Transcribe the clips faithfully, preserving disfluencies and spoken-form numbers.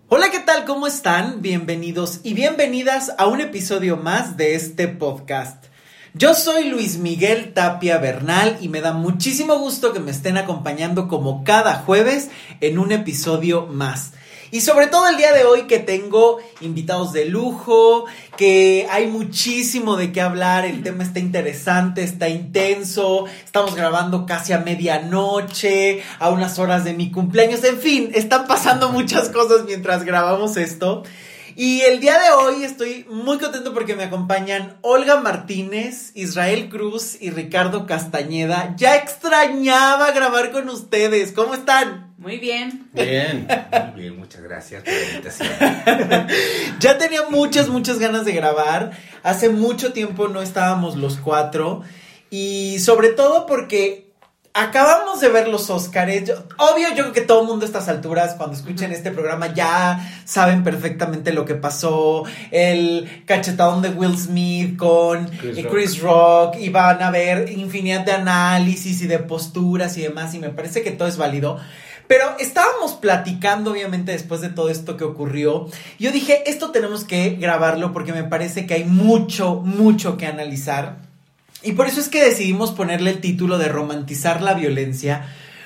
Hola, ¿qué tal? ¿Cómo están? Bienvenidos y bienvenidas a un episodio más de este podcast. Yo soy Luis Miguel Tapia Bernal y me da muchísimo gusto que me estén acompañando como cada jueves en un episodio más. Y sobre todo el día de hoy que tengo invitados de lujo, que hay muchísimo de qué hablar, el tema está interesante, está intenso, estamos grabando casi a medianoche, a unas horas de mi cumpleaños, en fin, están pasando muchas cosas mientras grabamos esto. Y el día de hoy estoy muy contento porque me acompañan Olga Martínez, Israel Cruz y Ricardo Castañeda. Ya extrañaba grabar con ustedes, ¿cómo están? Muy bien. Bien, muy bien, muchas gracias por la invitación. Ya tenía muchas, muchas ganas de grabar. Hace mucho tiempo no estábamos los cuatro. Y sobre todo porque acabamos de ver los Óscares. Yo, obvio, yo creo que todo el mundo a estas alturas, cuando escuchen este programa, ya saben perfectamente lo que pasó. El cachetadón de Will Smith con Chris, eh, Chris Rock. Rock. Y van a ver infinidad de análisis y de posturas y demás. Y me parece que todo es válido. Pero estábamos platicando, obviamente, después de todo esto que ocurrió. Yo dije, esto tenemos que grabarlo porque me parece que hay mucho, mucho que analizar. Y por eso es que decidimos ponerle el título de Romantizar la Violencia.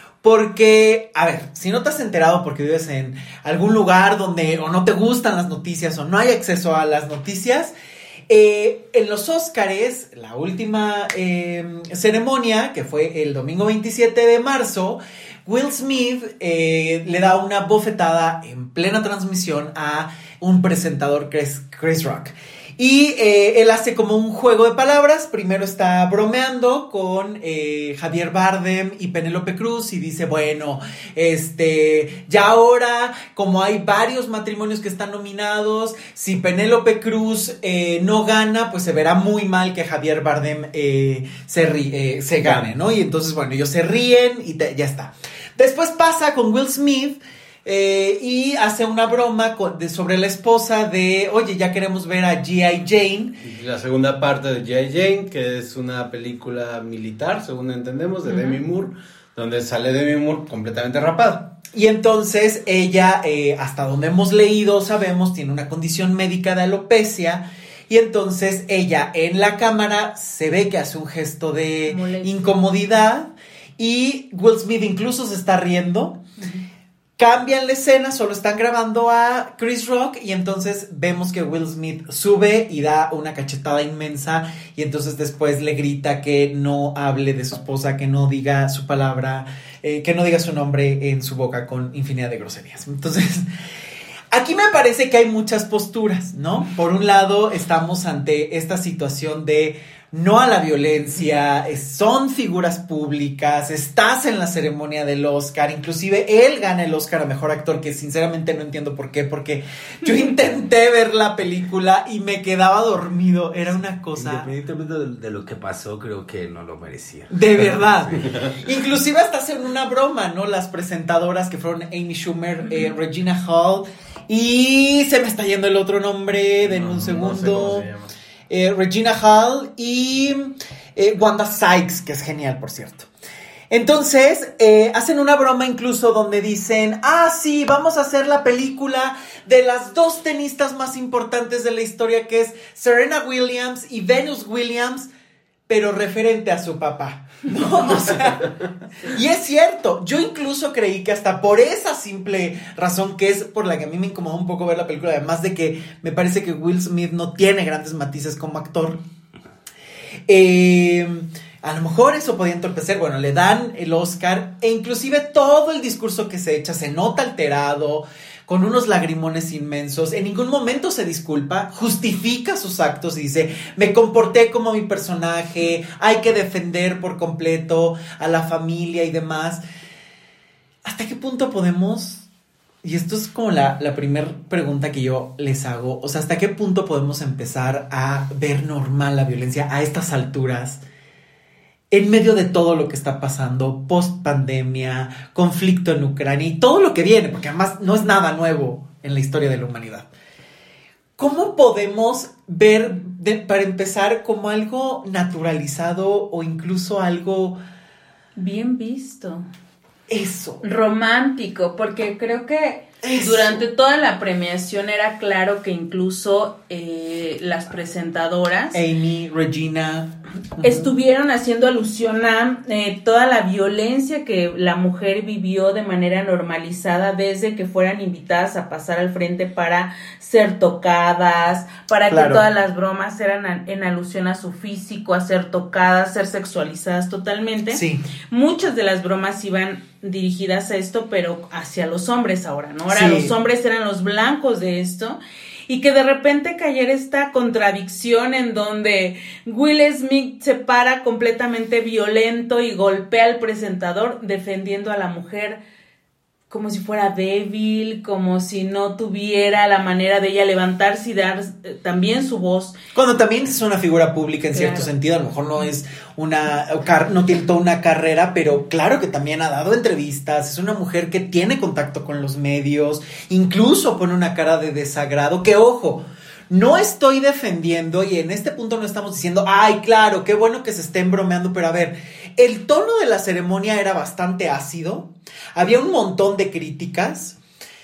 Porque, a ver, si no te has enterado porque vives en algún lugar donde o no te gustan las noticias o no hay acceso a las noticias, eh, en los Óscares, la última eh, ceremonia, que fue el domingo veintisiete de marzo, Will Smith eh, le da una bofetada en plena transmisión a un presentador, Chris, Chris Rock. Y eh, él hace como un juego de palabras. Primero está bromeando con eh, Javier Bardem y Penélope Cruz y dice, bueno, este, ya ahora, como hay varios matrimonios que están nominados, si Penélope Cruz eh, no gana, pues se verá muy mal que Javier Bardem eh, se, rí, eh, se gane, ¿no? Y entonces, bueno, ellos se ríen y te, ya está. Después pasa con Will Smith. Eh, y hace una broma con, de, sobre la esposa de, oye, ya queremos ver a G I Jane. La segunda parte de G I Jane, que es una película militar, según entendemos, de uh-huh. Demi Moore, donde sale Demi Moore completamente rapada. Y entonces ella, eh, hasta donde hemos leído, sabemos, tiene una condición médica de alopecia. Y entonces ella en la cámara se ve que hace un gesto de Molestia. incomodidad. Y Will Smith incluso se está riendo. Uh-huh. Cambian la escena, solo están grabando a Chris Rock y entonces vemos que Will Smith sube y da una cachetada inmensa y entonces después le grita que no hable de su esposa, que no diga su palabra, eh, que no diga su nombre en su boca con infinidad de groserías. Entonces, aquí me parece que hay muchas posturas, ¿no? Por un lado, estamos ante esta situación de no a la violencia, son figuras públicas, estás en la ceremonia del Oscar, inclusive él gana el Oscar a Mejor Actor, que sinceramente no entiendo por qué, porque yo intenté ver la película y me quedaba dormido, era una cosa... Independientemente de, de lo que pasó, creo que no lo merecía. De verdad, sí. Inclusive hasta hacen una broma, ¿no? Las presentadoras que fueron Amy Schumer, eh, Regina Hall, y se me está yendo el otro nombre, denme no, un segundo... No sé cómo se llama. Eh, Regina Hall y eh, Wanda Sykes, que es genial, por cierto. Entonces, eh, hacen una broma incluso donde dicen, ah, sí, vamos a hacer la película de las dos tenistas más importantes de la historia, que es Serena Williams y Venus Williams, pero referente a su papá, ¿no? O sea, y es cierto, yo incluso creí que hasta por esa simple razón, que es por la que a mí me incomodó un poco ver la película, además de que me parece que Will Smith no tiene grandes matices como actor, eh, a lo mejor eso podía entorpecer. Bueno, le dan el Oscar e inclusive todo el discurso que se echa se nota alterado, con unos lagrimones inmensos, en ningún momento se disculpa, justifica sus actos y dice, me comporté como mi personaje, hay que defender por completo a la familia y demás. ¿Hasta qué punto podemos, y esto es como la, la primera pregunta que yo les hago, o sea, ¿hasta qué punto podemos empezar a ver normal la violencia a estas alturas? En medio de todo lo que está pasando, post pandemia, conflicto en Ucrania y todo lo que viene, porque además no es nada nuevo en la historia de la humanidad. ¿Cómo podemos ver, de, para empezar, como algo naturalizado o incluso algo... bien visto? Eso. Romántico, porque creo que Eso. Durante toda la premiación era claro que incluso eh, las presentadoras Amy, Regina estuvieron haciendo alusión a eh, toda la violencia que la mujer vivió de manera normalizada desde que fueran invitadas a pasar al frente para ser tocadas, para claro. que todas las bromas eran en alusión a su físico, a ser tocadas, ser sexualizadas totalmente. Sí. Muchas de las bromas iban dirigidas a esto, pero hacia los hombres ahora, ¿no? Ahora sí. los hombres eran los blancos de esto. Y que de repente cayera esta contradicción en donde Will Smith se para completamente violento y golpea al presentador defendiendo a la mujer como si fuera débil, como si no tuviera la manera de ella levantarse y dar eh, también su voz. Cuando también es una figura pública en claro. cierto sentido, a lo mejor no es una, no tiene toda una carrera, pero claro que también ha dado entrevistas, es una mujer que tiene contacto con los medios, incluso pone una cara de desagrado, que ojo, no estoy defendiendo y en este punto no estamos diciendo, ay, claro, qué bueno que se estén bromeando, pero a ver, el tono de la ceremonia era bastante ácido, había un montón de críticas,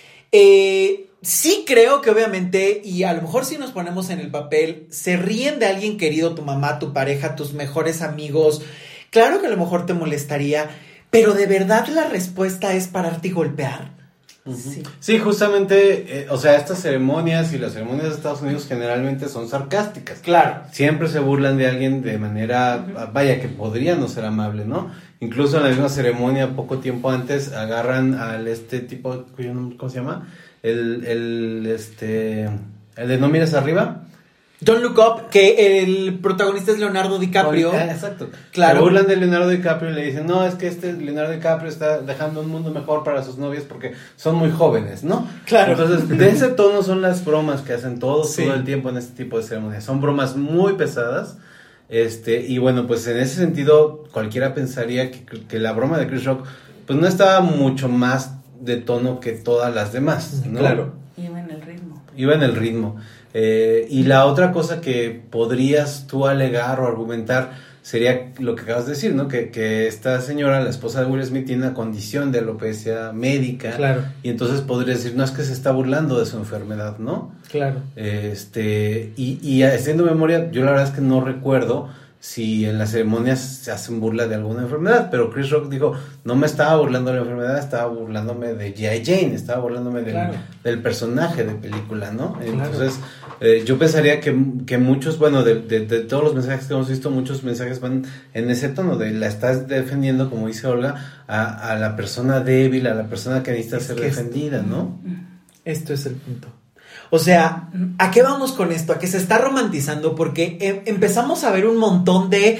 eh, sí creo que obviamente, y a lo mejor si nos ponemos en el papel, se ríen de alguien querido, tu mamá, tu pareja, tus mejores amigos, claro que a lo mejor te molestaría, pero de verdad la respuesta es pararte y golpear. Sí. sí, justamente, eh, o sea, estas ceremonias y las ceremonias de Estados Unidos generalmente son sarcásticas. Claro. Siempre se burlan de alguien de manera, uh-huh. vaya, que podría no ser amable, ¿no? Incluso en la misma ceremonia, poco tiempo antes, agarran al este tipo, ¿cómo se llama? El, el, este, el de No mires arriba. Don't Look Up, que el protagonista es Leonardo DiCaprio. Ah, exacto. Claro. Se burlan de Leonardo DiCaprio y le dicen, no, es que este Leonardo DiCaprio está dejando un mundo mejor para sus novias porque son muy jóvenes, ¿no? Claro. Entonces, de ese tono son las bromas que hacen todos sí. todo el tiempo en este tipo de ceremonias. Son bromas muy pesadas. Este, y bueno, pues en ese sentido, cualquiera pensaría que, que la broma de Chris Rock, pues no estaba mucho más de tono que todas las demás, ¿no? Claro. Iba en el ritmo. Iba en el ritmo. Eh, y la otra cosa que podrías tú alegar o argumentar sería lo que acabas de decir, ¿no? Que, que esta señora, la esposa de Will Smith, tiene una condición de alopecia médica. Claro. Y entonces podrías decir, no, es que se está burlando de su enfermedad, ¿no? Claro. Este, y, y haciendo memoria, yo la verdad es que no recuerdo si en las ceremonias se hacen burla de alguna enfermedad, pero Chris Rock dijo, no me estaba burlando de la enfermedad, estaba burlándome de G I. Jane, estaba burlándome del, claro. del personaje de película, ¿no? Claro. Entonces, eh, yo pensaría que, que muchos, bueno, de, de, de todos los mensajes que hemos visto, muchos mensajes van en ese tono, de la estás defendiendo, como dice Olga, a, a la persona débil, a la persona que necesita es ser que defendida, esto, ¿no? Esto es el punto. O sea, ¿a qué vamos con esto? A que se está romantizando porque eh, empezamos a ver un montón de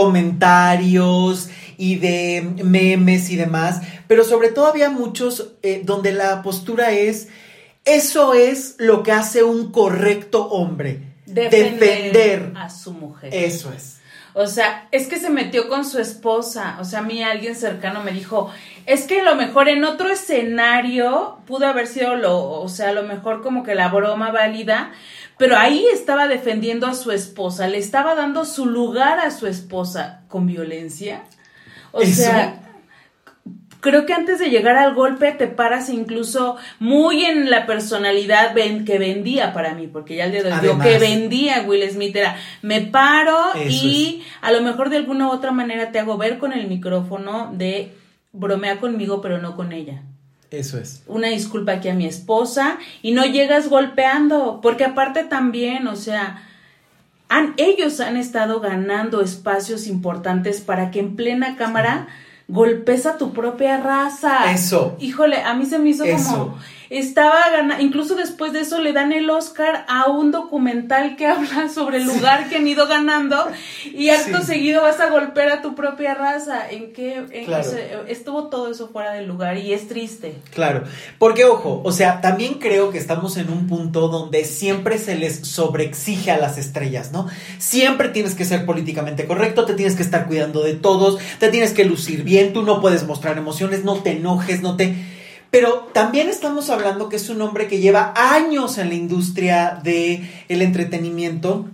comentarios y de memes y demás, pero sobre todo había muchos eh, donde la postura es, eso es lo que hace un correcto hombre, defender, defender a su mujer. Eso es. O sea, es que se metió con su esposa. O sea, a mí alguien cercano me dijo, es que a lo mejor en otro escenario pudo haber sido lo, o sea, a lo mejor como que la broma válida, pero ahí estaba defendiendo a su esposa, le estaba dando su lugar a su esposa con violencia. O ¿Eso? sea, creo que antes de llegar al golpe te paras incluso muy en la personalidad ven, que vendía para mí, porque ya el día de hoy yo que vendía Will Smith era, me paro y es. A lo mejor de alguna u otra manera te hago ver con el micrófono de bromea conmigo pero no con ella. Eso es. Una disculpa aquí a mi esposa y no llegas golpeando, porque aparte también, o sea, han, ellos han estado ganando espacios importantes para que en plena cámara golpes a tu propia raza. Eso. Híjole, a mí se me hizo eso. como estaba ganando, incluso después de eso le dan el Oscar a un documental que habla sobre el lugar que han ido ganando y acto sí. seguido vas a golpear a tu propia raza. ¿En qué? En, claro. o sea, estuvo todo eso fuera del lugar y es triste. Claro, porque ojo, o sea, también creo que estamos en un punto donde siempre se les sobreexige a las estrellas, ¿no? Siempre tienes que ser políticamente correcto, te tienes que estar cuidando de todos, te tienes que lucir bien, tú no puedes mostrar emociones, no te enojes, no te... Pero también estamos hablando que es un hombre que lleva años en la industria del entretenimiento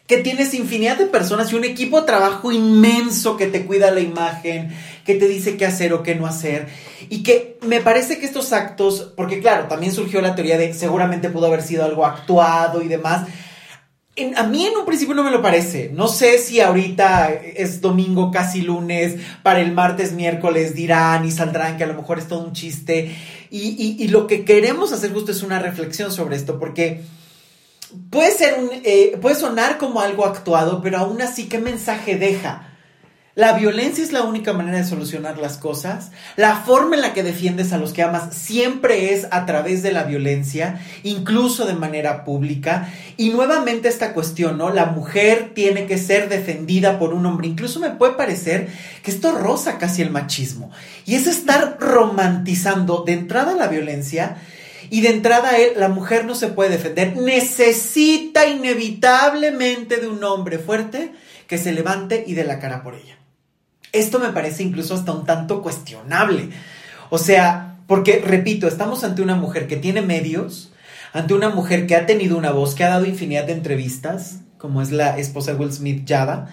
que tienes infinidad de personas y un equipo de trabajo inmenso que te cuida la imagen, que te dice qué hacer o qué no hacer, y que me parece que estos actos, porque claro, también surgió la teoría de seguramente pudo haber sido algo actuado y demás. En, a mí en un principio no me lo parece. No sé si ahorita es domingo, casi lunes, para el martes, miércoles dirán y saldrán que a lo mejor es todo un chiste. Y, y, y lo que queremos hacer justo es una reflexión sobre esto, porque puede ser un, eh, puede sonar como algo actuado, pero aún así, ¿qué mensaje deja? La violencia es la única manera de solucionar las cosas. La forma en la que defiendes a los que amas siempre es a través de la violencia, incluso de manera pública. Y nuevamente esta cuestión, ¿no? La mujer tiene que ser defendida por un hombre. Incluso me puede parecer que esto roza casi el machismo. Y es estar romantizando de entrada la violencia. Y de entrada él, la mujer no se puede defender. Necesita inevitablemente de un hombre fuerte que se levante y dé la cara por ella. Esto me parece incluso hasta un tanto cuestionable. O sea, porque, repito, estamos ante una mujer que tiene medios, ante una mujer que ha tenido una voz, que ha dado infinidad de entrevistas, como es la esposa de Will Smith, Jada.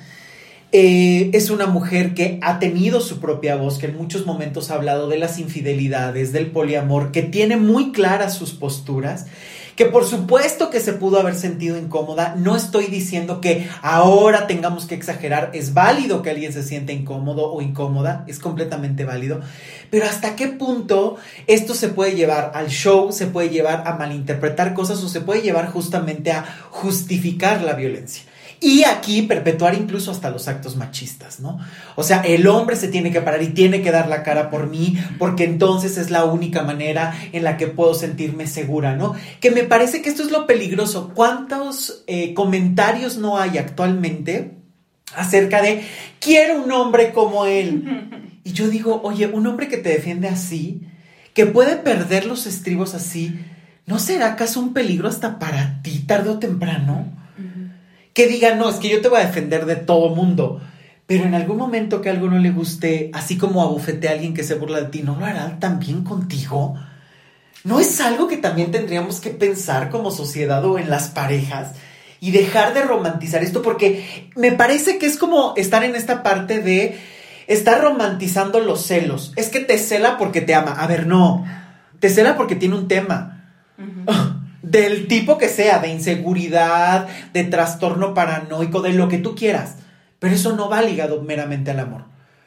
Eh, es una mujer que ha tenido su propia voz, que en muchos momentos ha hablado de las infidelidades, del poliamor, que tiene muy claras sus posturas, que por supuesto que se pudo haber sentido incómoda. No estoy diciendo que ahora tengamos que exagerar. Es válido que alguien se sienta incómodo o incómoda, es completamente válido, pero ¿hasta qué punto esto se puede llevar al show, se puede llevar a malinterpretar cosas o se puede llevar justamente a justificar la violencia? Y aquí perpetuar incluso hasta los actos machistas, ¿no? O sea, el hombre se tiene que parar y tiene que dar la cara por mí, porque entonces es la única manera en la que puedo sentirme segura, ¿no? Que me parece que esto es lo peligroso. ¿Cuántos eh, comentarios no hay actualmente acerca de quiero un hombre como él? Y yo digo, oye, un hombre que te defiende así, que puede perder los estribos así, ¿no será acaso un peligro hasta para ti tarde o temprano? Que diga, no, es que yo te voy a defender de todo mundo, pero en algún momento que algo no le guste, así como abofete a alguien que se burla de ti, ¿no lo hará también contigo? ¿No es algo que también tendríamos que pensar como sociedad o en las parejas y dejar de romantizar esto? Porque me parece que es como estar en esta parte de estar romantizando los celos. Es que te cela porque te ama. A ver, no, te cela porque tiene un tema. Uh-huh. Del tipo que sea, de inseguridad, de trastorno paranoico, de lo que tú quieras. Pero eso no va ligado meramente al amor.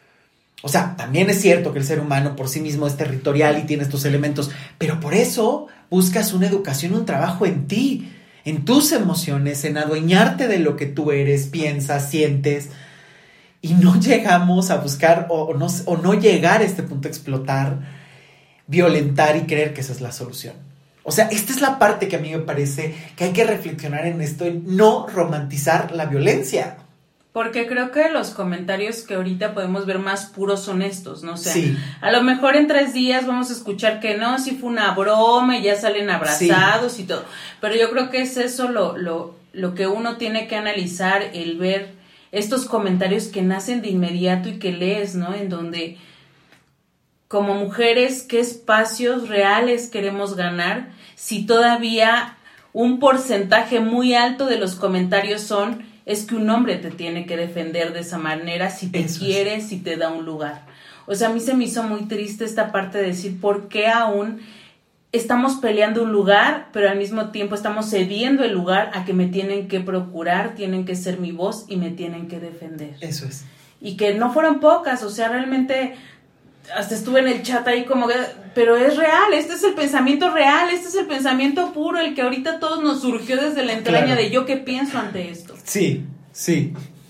O sea, también es cierto que el ser humano por sí mismo es territorial y tiene estos elementos, pero por eso buscas una educación, un trabajo en ti, en tus emociones, en adueñarte de lo que tú eres, piensas, sientes. Y no llegamos a buscar o, o, no, o no llegar a este punto, explotar, violentar y creer que esa es la solución. O sea, esta es la parte que a mí me parece que hay que reflexionar en esto, en no romantizar la violencia. Porque creo que los comentarios que ahorita podemos ver más puros son estos, ¿no? O sea, sí. A lo mejor en tres días vamos a escuchar que no, sí fue una broma y ya salen abrazados sí. y todo. Pero yo creo que es eso lo, lo, lo que uno tiene que analizar, el ver estos comentarios que nacen de inmediato y que lees, ¿no? En donde, como mujeres, ¿qué espacios reales queremos ganar si todavía un porcentaje muy alto de los comentarios son es que un hombre te tiene que defender de esa manera si te Eso quiere, es. si te da un lugar? O sea, a mí se me hizo muy triste esta parte de decir por qué aún estamos peleando un lugar, pero al mismo tiempo estamos cediendo el lugar a que me tienen que procurar, tienen que ser mi voz y me tienen que defender. Eso es. Y que no fueron pocas, o sea, realmente hasta estuve en el chat ahí como que, pero es real, este es el pensamiento real, este es el pensamiento puro, el que ahorita todos nos surgió desde la entraña claro. de yo qué pienso ante esto. Sí, sí.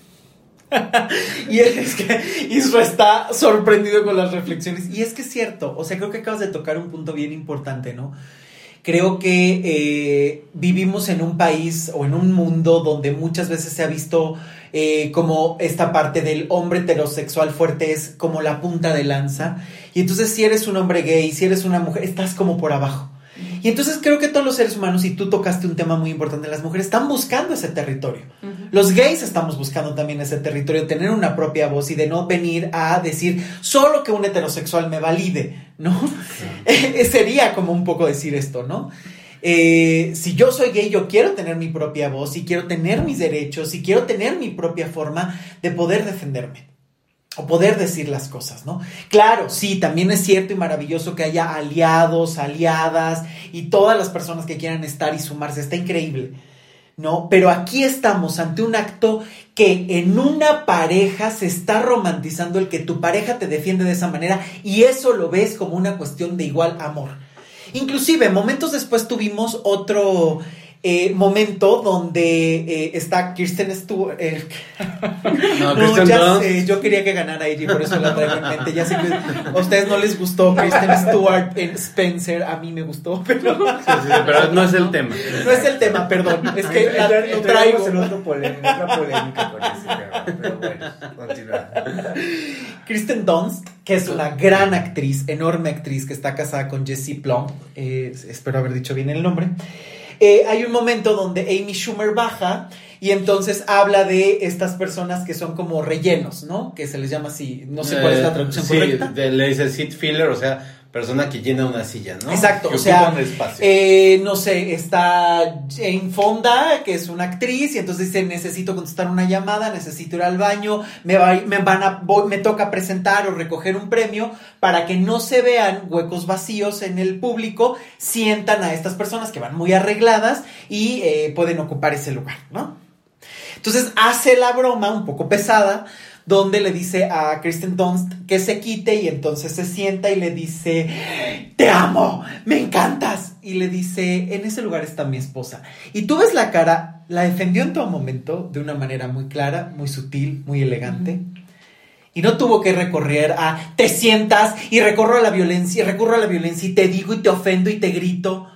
Y es que Isra está sorprendido con las reflexiones. Y es que es cierto, o sea, creo que acabas de tocar un punto bien importante, ¿no? Creo que eh, vivimos en un país o en un mundo donde muchas veces se ha visto eh, como esta parte del hombre heterosexual fuerte es como la punta de lanza. Y entonces si eres un hombre gay, si eres una mujer, estás como por abajo. Y entonces creo que todos los seres humanos, y tú tocaste un tema muy importante, las mujeres están buscando ese territorio. Uh-huh. Los gays estamos buscando también ese territorio, tener una propia voz y de no venir a decir solo que un heterosexual me valide, ¿no? Sí. Sería como un poco decir esto, ¿no? Eh, si yo soy gay, yo quiero tener mi propia voz y quiero tener mis derechos y quiero tener mi propia forma de poder defenderme o poder decir las cosas, ¿no? Claro, sí, también es cierto y maravilloso que haya aliados, aliadas y todas las personas que quieran estar y sumarse, está increíble, ¿no? Pero aquí estamos ante un acto que en una pareja se está romantizando el que tu pareja te defiende de esa manera y eso lo ves como una cuestión de igual amor. Inclusive, momentos después tuvimos otro eh, momento donde eh, está Kirsten Stewart. Eh, no, no, Kirsten ya Dunst. sé, yo quería que ganara ella y por eso la traigo en mente. Ya sé que a ustedes no les gustó Kristen Stewart en Spencer, a mí me gustó, pero... Sí, sí, sí, pero no es el tema. No es el tema, perdón, es que la, Entonces, lo traigo. en otro polémica, en otra polémica con ese tema, pero bueno, continúa. Kristen Dunst, que es una gran actriz, enorme actriz, que está casada con Jesse Plum, eh, espero haber dicho bien el nombre. Eh, hay un momento donde Amy Schumer baja y entonces habla de estas personas que son como rellenos, ¿no? Que se les llama así, no sé cuál es la traducción eh, sí, correcta. de, le dice seat filler, o sea, persona que llena una silla, ¿no? Exacto, que o sea, un espacio. Eh, no sé, está Jane Fonda, que es una actriz, y entonces dice, necesito contestar una llamada, necesito ir al baño, me, va, me, van a, voy, me toca presentar o recoger un premio, para que no se vean huecos vacíos en el público, sientan a estas personas que van muy arregladas y eh, pueden ocupar ese lugar, ¿no? Entonces hace la broma un poco pesada, donde le dice a Kristen Dunst que se quite y entonces se sienta y le dice, te amo, me encantas. Y le dice, en ese lugar está mi esposa. Y tú ves la cara, la defendió en todo momento de una manera muy clara, muy sutil, muy elegante. Y no tuvo que recorrer a, te sientas y recorro a la violencia, y recurro a la violencia y te digo y te ofendo y te grito.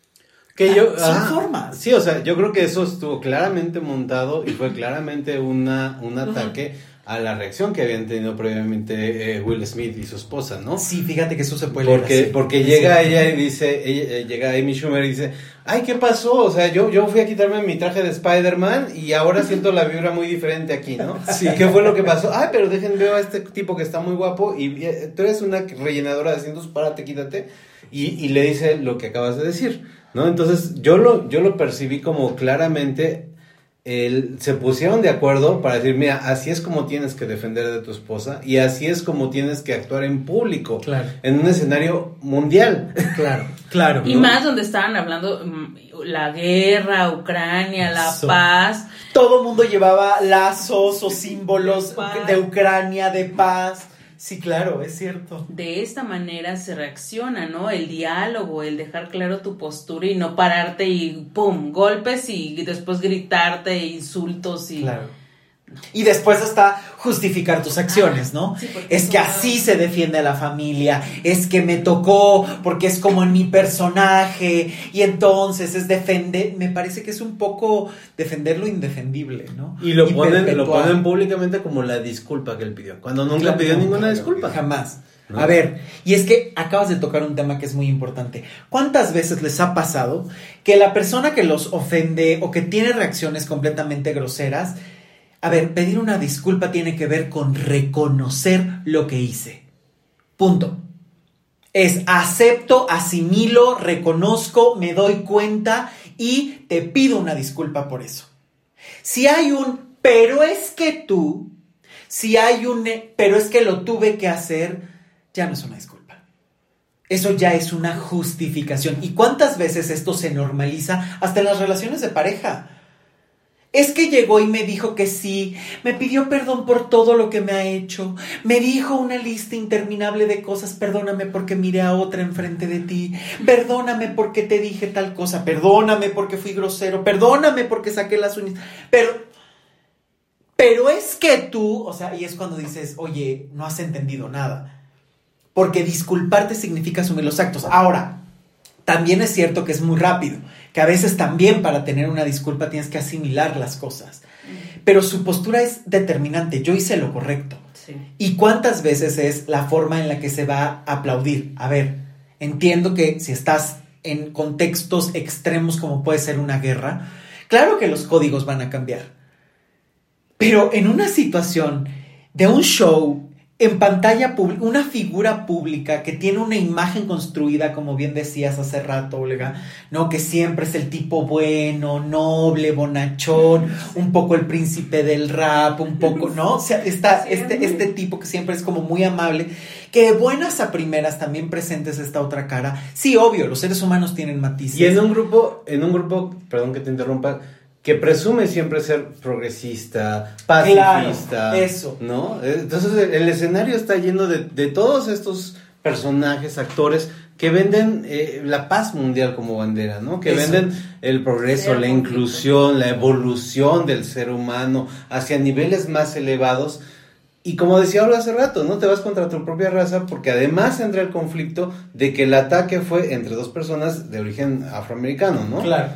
Que yo, Son ah, formas. Sí, o sea, yo creo que eso estuvo claramente montado y fue claramente una, un ataque uh-huh. a la reacción que habían tenido previamente eh, Will Smith y su esposa, ¿no? Sí, fíjate que eso se puede leer Porque, así. porque Es llega cierto. ella y dice, ella, eh, llega Amy Schumer y dice, ay, ¿qué pasó? O sea, yo, yo fui a quitarme mi traje de Spider-Man y ahora siento la vibra muy diferente aquí, ¿no? Sí. ¿Qué fue lo que pasó? Ay, pero dejen, veo a este tipo que está muy guapo y eh, tú eres una rellenadora de asientos, párate, quítate. Y, y le dice lo que acabas de decir, ¿no? Entonces, yo lo, yo lo percibí como claramente, el, se pusieron de acuerdo para decir, mira, así es como tienes que defender de tu esposa y así es como tienes que actuar en público, Claro. en un escenario mundial. Claro, claro. Y ¿no? más donde estaban hablando mm, la guerra, Ucrania, la Eso. paz. Todo el mundo llevaba lazos o símbolos De paz. de Ucrania, de paz. Sí, claro, es cierto. De esta manera se reacciona, ¿no? El diálogo, el dejar claro tu postura y no pararte y pum, golpes y después gritarte, insultos y... Claro. Y después hasta justificar tus acciones, ¿no? Sí, porque es que no- así se defiende a la familia, es que me tocó porque es como en mi personaje y entonces es defender, me parece que es un poco defender lo indefendible, ¿no? Y lo ponen, perpetuar. lo ponen públicamente como la disculpa que él pidió, cuando nunca Claro, pidió no, ninguna claro, disculpa. Jamás. ¿No? A ver, y es que acabas de tocar un tema que es muy importante. ¿Cuántas veces les ha pasado que la persona que los ofende o que tiene reacciones completamente groseras, a ver, pedir una disculpa tiene que ver con reconocer lo que hice? Punto. Es acepto, asimilo, reconozco, me doy cuenta y te pido una disculpa por eso. Si hay un, pero es que tú, si hay un, pero es que lo tuve que hacer, ya no es una disculpa. Eso ya es una justificación. ¿Y cuántas veces esto se normaliza hasta en las relaciones de pareja? Es que llegó y me dijo que sí, me pidió perdón por todo lo que me ha hecho, me dijo una lista interminable de cosas, perdóname porque miré a otra enfrente de ti, perdóname porque te dije tal cosa, perdóname porque fui grosero, perdóname porque saqué las uñas, pero, pero es que tú, o sea, y es cuando dices, oye, no has entendido nada, porque disculparte significa asumir los actos. Ahora, también es cierto que es muy rápido, que a veces también para tener una disculpa tienes que asimilar las cosas. Pero su postura es determinante, yo hice lo correcto. Sí. ¿Y cuántas veces es la forma en la que se va a aplaudir? A ver, entiendo que si estás en contextos extremos como puede ser una guerra, claro que los códigos van a cambiar. Pero en una situación de un show en pantalla pública, una figura pública que tiene una imagen construida, como bien decías hace rato, Olga, ¿no? Que siempre es el tipo bueno, noble, bonachón, un poco el príncipe del rap, un poco, ¿no? O sea, está este, este tipo que siempre es como muy amable, que de buenas a primeras también presentes esta otra cara. Sí, obvio, los seres humanos tienen matices. Y en un grupo, en un grupo, perdón que te interrumpa, que presume siempre ser progresista, pacifista, claro, eso, ¿no? Entonces el, el escenario está lleno de, de todos estos personajes, actores que venden eh, la paz mundial como bandera, ¿no? Que eso. Venden el progreso, sí, la inclusión, la evolución del ser humano hacia niveles más elevados. Y como decía Olga hace rato, ¿no? Te vas contra tu propia raza porque además entra el conflicto de que el ataque fue entre dos personas de origen afroamericano, ¿no? Claro.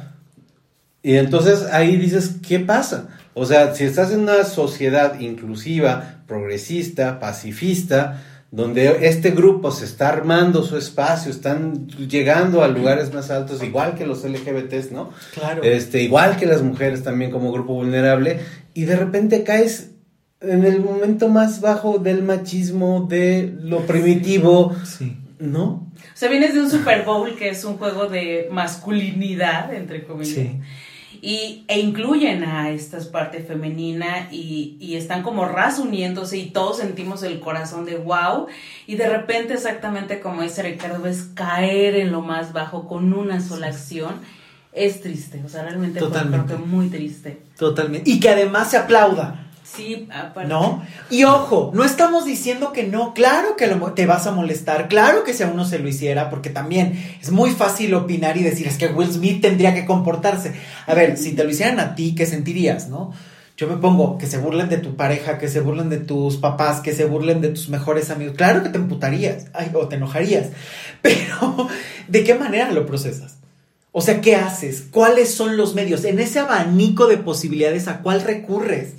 Y entonces ahí dices, ¿qué pasa? O sea, si estás en una sociedad inclusiva, progresista, pacifista, donde este grupo se está armando su espacio, están llegando a lugares más altos, igual que los L G B Ts, ¿no? Claro. Este, igual que las mujeres también como grupo vulnerable, y de repente caes en el momento más bajo del machismo, de lo primitivo, sí. ¿no? O sea, vienes de un Super Bowl que es un juego de masculinidad, entre comillas. Sí. Y, e incluyen a esta parte femenina y, y están como rasuniéndose y todos sentimos el corazón de wow, y de repente, exactamente como dice Ricardo, ves caer en lo más bajo con una sola acción. Es triste, o sea, realmente totalmente. Creo que muy triste. Totalmente. Y que además se aplauda. Sí, aparte. ¿No? Y ojo, no estamos diciendo que no, claro que lo, te vas a molestar, claro que si a uno se lo hiciera, porque también es muy fácil opinar y decir, es que Will Smith tendría que comportarse. A ver, si te lo hicieran a ti, ¿qué sentirías, no? Yo me pongo, que se burlen de tu pareja, que se burlen de tus papás, que se burlen de tus mejores amigos, claro que te emputarías, ay, o te enojarías, pero ¿de qué manera lo procesas? O sea, ¿qué haces? ¿Cuáles son los medios? En ese abanico de posibilidades, ¿a cuál recurres?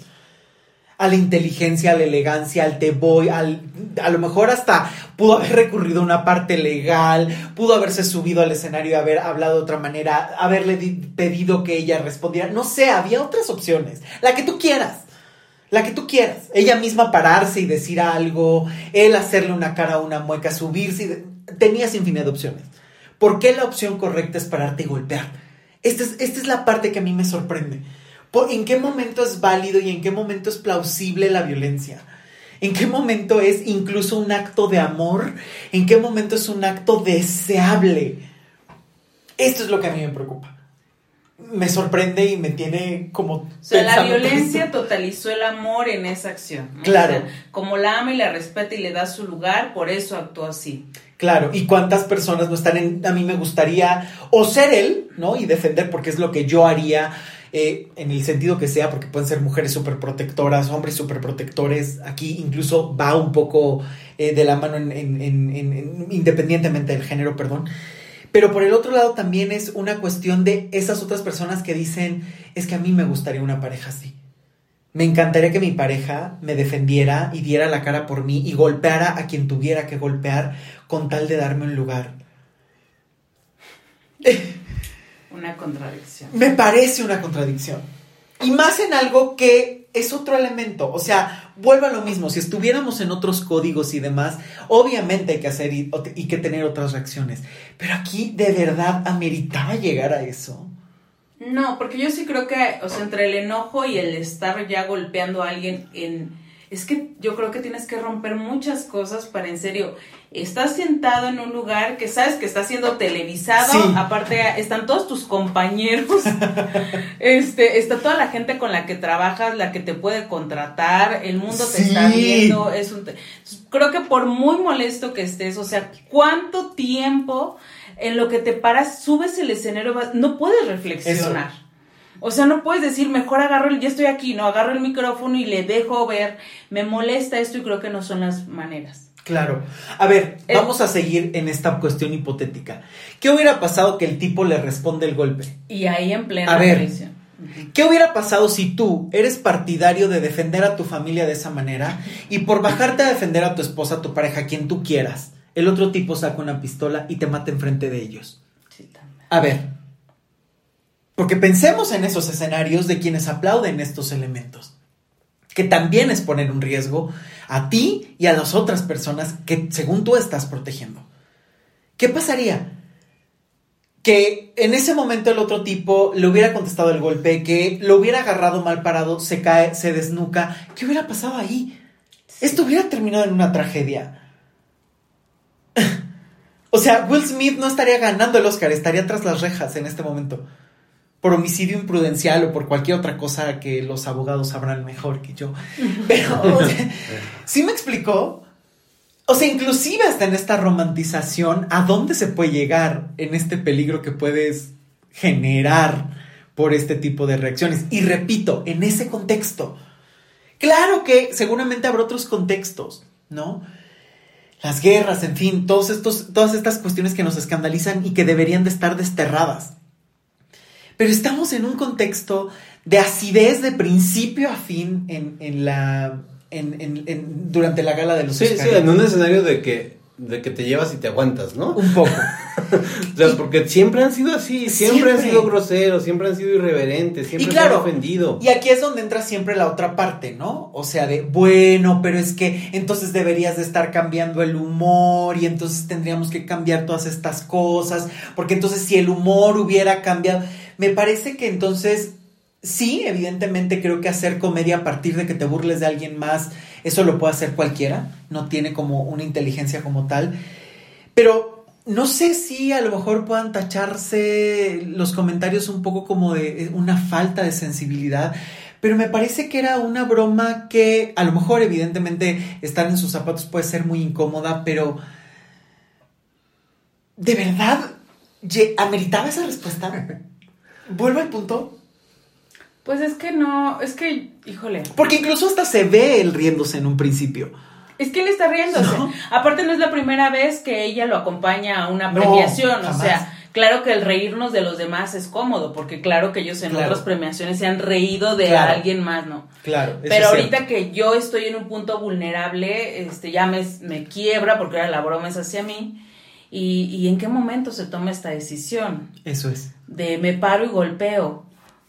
A la inteligencia, a la elegancia, al te voy, al, a lo mejor hasta pudo haber recurrido a una parte legal, pudo haberse subido al escenario y haber hablado de otra manera, haberle di- pedido que ella respondiera, no sé, había otras opciones, la que tú quieras, la que tú quieras, ella misma pararse y decir algo, él hacerle una cara a una mueca, subirse, y de- tenías infinidad de opciones. ¿Por qué la opción correcta es pararte y golpear? Esta es, esta es la parte que a mí me sorprende. ¿En qué momento es válido y en qué momento es plausible la violencia? ¿En qué momento es incluso un acto de amor? ¿En qué momento es un acto deseable? Esto es lo que a mí me preocupa. Me sorprende y me tiene como... O sea, la pensando violencia esto. totalizó el amor en esa acción, ¿no? Claro. O sea, como la ama y la respeta y le da su lugar, por eso actuó así. Claro, y cuántas personas no están en... A mí me gustaría o ser él, ¿no? Y defender, porque es lo que yo haría... Eh, en el sentido que sea, porque pueden ser mujeres súper protectoras, hombres súper protectores, aquí incluso va un poco eh, de la mano en, en, en, en, independientemente del género, perdón, pero por el otro lado también es una cuestión de esas otras personas que dicen, es que a mí me gustaría una pareja así, me encantaría que mi pareja me defendiera y diera la cara por mí y golpeara a quien tuviera que golpear con tal de darme un lugar. Una contradicción. Me parece una contradicción. Y más en algo que es otro elemento. O sea, vuelvo a lo mismo. Si estuviéramos en otros códigos y demás, obviamente hay que hacer y, y que tener otras reacciones. Pero aquí, ¿de verdad ameritaba llegar a eso? No, porque yo sí creo que, o sea, entre el enojo y el estar ya golpeando a alguien en... Es que yo creo que tienes que romper muchas cosas para, en serio, estás sentado en un lugar que sabes que está siendo televisado, sí. Aparte están todos tus compañeros, este, está toda la gente con la que trabajas, la que te puede contratar, el mundo te sí. está viendo, es un... Creo que por muy molesto que estés, o sea, ¿cuánto tiempo en lo que te paras, subes el escenario, no puedes reflexionar? Eso. O sea, no puedes decir, mejor agarro el, ya estoy aquí, no, agarro el micrófono y le dejo ver, me molesta esto y creo que no son las maneras. Claro. A ver, eh, vamos a seguir en esta cuestión hipotética. ¿Qué hubiera pasado que el tipo le responde el golpe? Y ahí en plena a ver, televisión. ¿Qué hubiera pasado si tú eres partidario de defender a tu familia de esa manera y por bajarte a defender a tu esposa, a tu pareja, quien tú quieras, el otro tipo saca una pistola y te mata enfrente de ellos? Sí, también. A ver. Porque pensemos en esos escenarios de quienes aplauden estos elementos. que también es poner un riesgo a ti y a las otras personas que según tú estás protegiendo. ¿Qué pasaría? Que en ese momento el otro tipo le hubiera contestado el golpe, que lo hubiera agarrado mal parado, se cae, se desnuca. ¿Qué hubiera pasado ahí? Sí. Esto hubiera terminado en una tragedia. O sea, Will Smith no estaría ganando el Oscar, estaría tras las rejas en este momento. Por homicidio imprudencial o por cualquier otra cosa que los abogados sabrán mejor que yo. Pero, o sea, ¿sí me explicó? O sea, inclusive hasta en esta romantización, ¿a dónde se puede llegar en este peligro que puedes generar por este tipo de reacciones? Y repito, en ese contexto. Claro que seguramente habrá otros contextos, ¿no? Las guerras, en fin, todos estos, todas estas cuestiones que nos escandalizan y que deberían de estar desterradas. Pero estamos en un contexto de acidez de principio a fin en, en la... En, en, en, durante la gala de los sí, Oscar. Sí, en un escenario de que, de que te llevas y te aguantas, ¿no? Un poco. O sea, y, porque siempre han sido así, siempre, siempre han sido groseros, siempre han sido irreverentes, siempre y claro, se han ofendido. Y aquí es donde entra siempre la otra parte, ¿no? O sea, de, bueno, pero es que entonces deberías de estar cambiando el humor y entonces tendríamos que cambiar todas estas cosas, porque entonces si el humor hubiera cambiado, me parece que entonces... Sí, evidentemente creo que hacer comedia a partir de que te burles de alguien más, eso lo puede hacer cualquiera, no tiene como una inteligencia como tal, pero no sé si a lo mejor puedan tacharse los comentarios un poco como de una falta de sensibilidad, pero me parece que era una broma que a lo mejor evidentemente estar en sus zapatos puede ser muy incómoda, pero ¿de verdad ameritaba esa respuesta? ¿Vuelvo al punto? Pues es que no, es que, híjole. Porque incluso hasta se ve él riéndose en un principio. Es que él está riéndose. ¿No? Aparte no es la primera vez que ella lo acompaña a una premiación, no, o sea, claro que el reírnos de los demás es cómodo, porque claro que ellos en claro. otras premiaciones se han reído de claro. alguien más, ¿no? Claro. Pero es ahorita cierto. Que yo estoy en un punto vulnerable, este, ya me, me quiebra porque ahora la broma es hacia mí. Y, y ¿en qué momento se toma esta decisión? Eso es. De me paro y golpeo.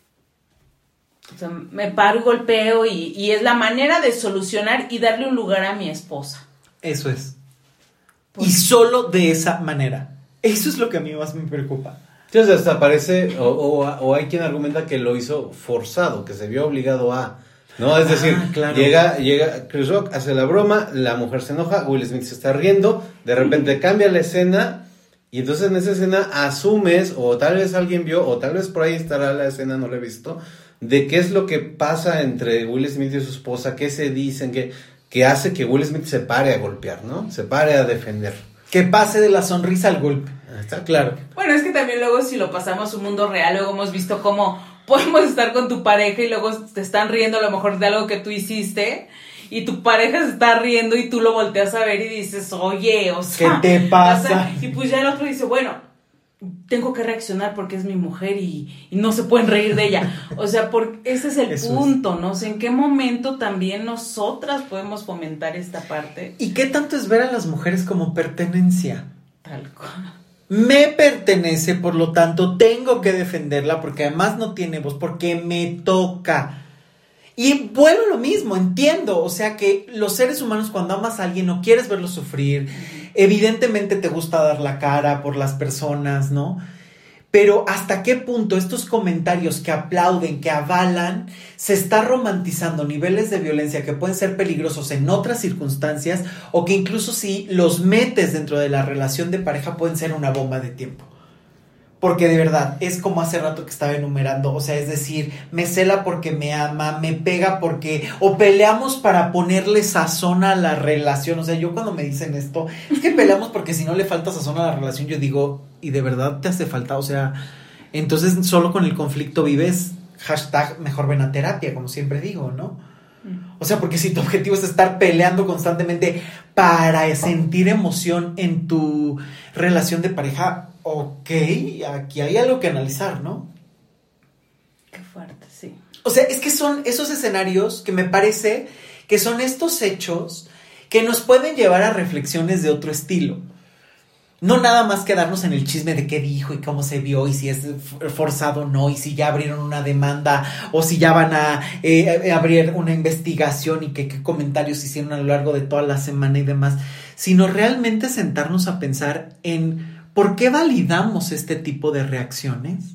O sea, me paro y golpeo y, y es la manera de solucionar y darle un lugar a mi esposa. Eso es. Pues, y solo de esa manera. Eso es lo que a mí más me preocupa. Entonces hasta parece, o, o, o hay quien argumenta que lo hizo forzado, que se vio obligado a... No, es decir, ah, claro. llega, llega Chris Rock, hace la broma, la mujer se enoja, Will Smith se está riendo, de repente cambia la escena... Y entonces en esa escena asumes, o tal vez alguien vio, o tal vez por ahí estará la escena, no la he visto, de qué es lo que pasa entre Will Smith y su esposa, qué se dicen, que, que hace que Will Smith se pare a golpear, ¿no? Se pare a defender. Que pase de la sonrisa al golpe. Está claro. Bueno, es que también luego si lo pasamos a un mundo real, luego hemos visto cómo podemos estar con tu pareja y luego te están riendo a lo mejor de algo que tú hiciste... Y tu pareja se está riendo y tú lo volteas a ver y dices, oye, o sea... ¿Qué te pasa? O sea, y pues ya el otro dice, bueno, tengo que reaccionar porque es mi mujer y, y no se pueden reír de ella. O sea, por, ese es el Eso punto, es. ¿no? O sea, ¿en qué momento también nosotras podemos fomentar esta parte? ¿Y qué tanto es ver a las mujeres como pertenencia? Tal cual. Me pertenece, por lo tanto, tengo que defenderla porque además no tiene voz, porque me toca... Y vuelvo a lo mismo, entiendo, o sea que los seres humanos cuando amas a alguien no quieres verlo sufrir, evidentemente te gusta dar la cara por las personas, ¿no? Pero ¿hasta qué punto estos comentarios que aplauden, que avalan, se está romantizando niveles de violencia que pueden ser peligrosos en otras circunstancias o que incluso si los metes dentro de la relación de pareja pueden ser una bomba de tiempo? Porque de verdad, es como hace rato que estaba enumerando, o sea, es decir, me cela porque me ama, me pega porque... O peleamos para ponerle sazón a la relación, o sea, yo cuando me dicen esto, es que peleamos porque si no le falta sazón a la relación, yo digo, ¿y de verdad te hace falta? O sea, entonces solo con el conflicto vives, hashtag mejor ven a terapia, como siempre digo, ¿no? O sea, porque si tu objetivo es estar peleando constantemente para sentir emoción en tu relación de pareja... Ok, aquí hay algo que analizar, ¿no? Qué fuerte, sí. O sea, es que son esos escenarios que me parece que son estos hechos que nos pueden llevar a reflexiones de otro estilo. No nada más quedarnos en el chisme de qué dijo y cómo se vio y si es forzado o no y si ya abrieron una demanda o si ya van a eh, abrir una investigación y qué comentarios hicieron a lo largo de toda la semana y demás, sino realmente sentarnos a pensar en por qué validamos este tipo de reacciones,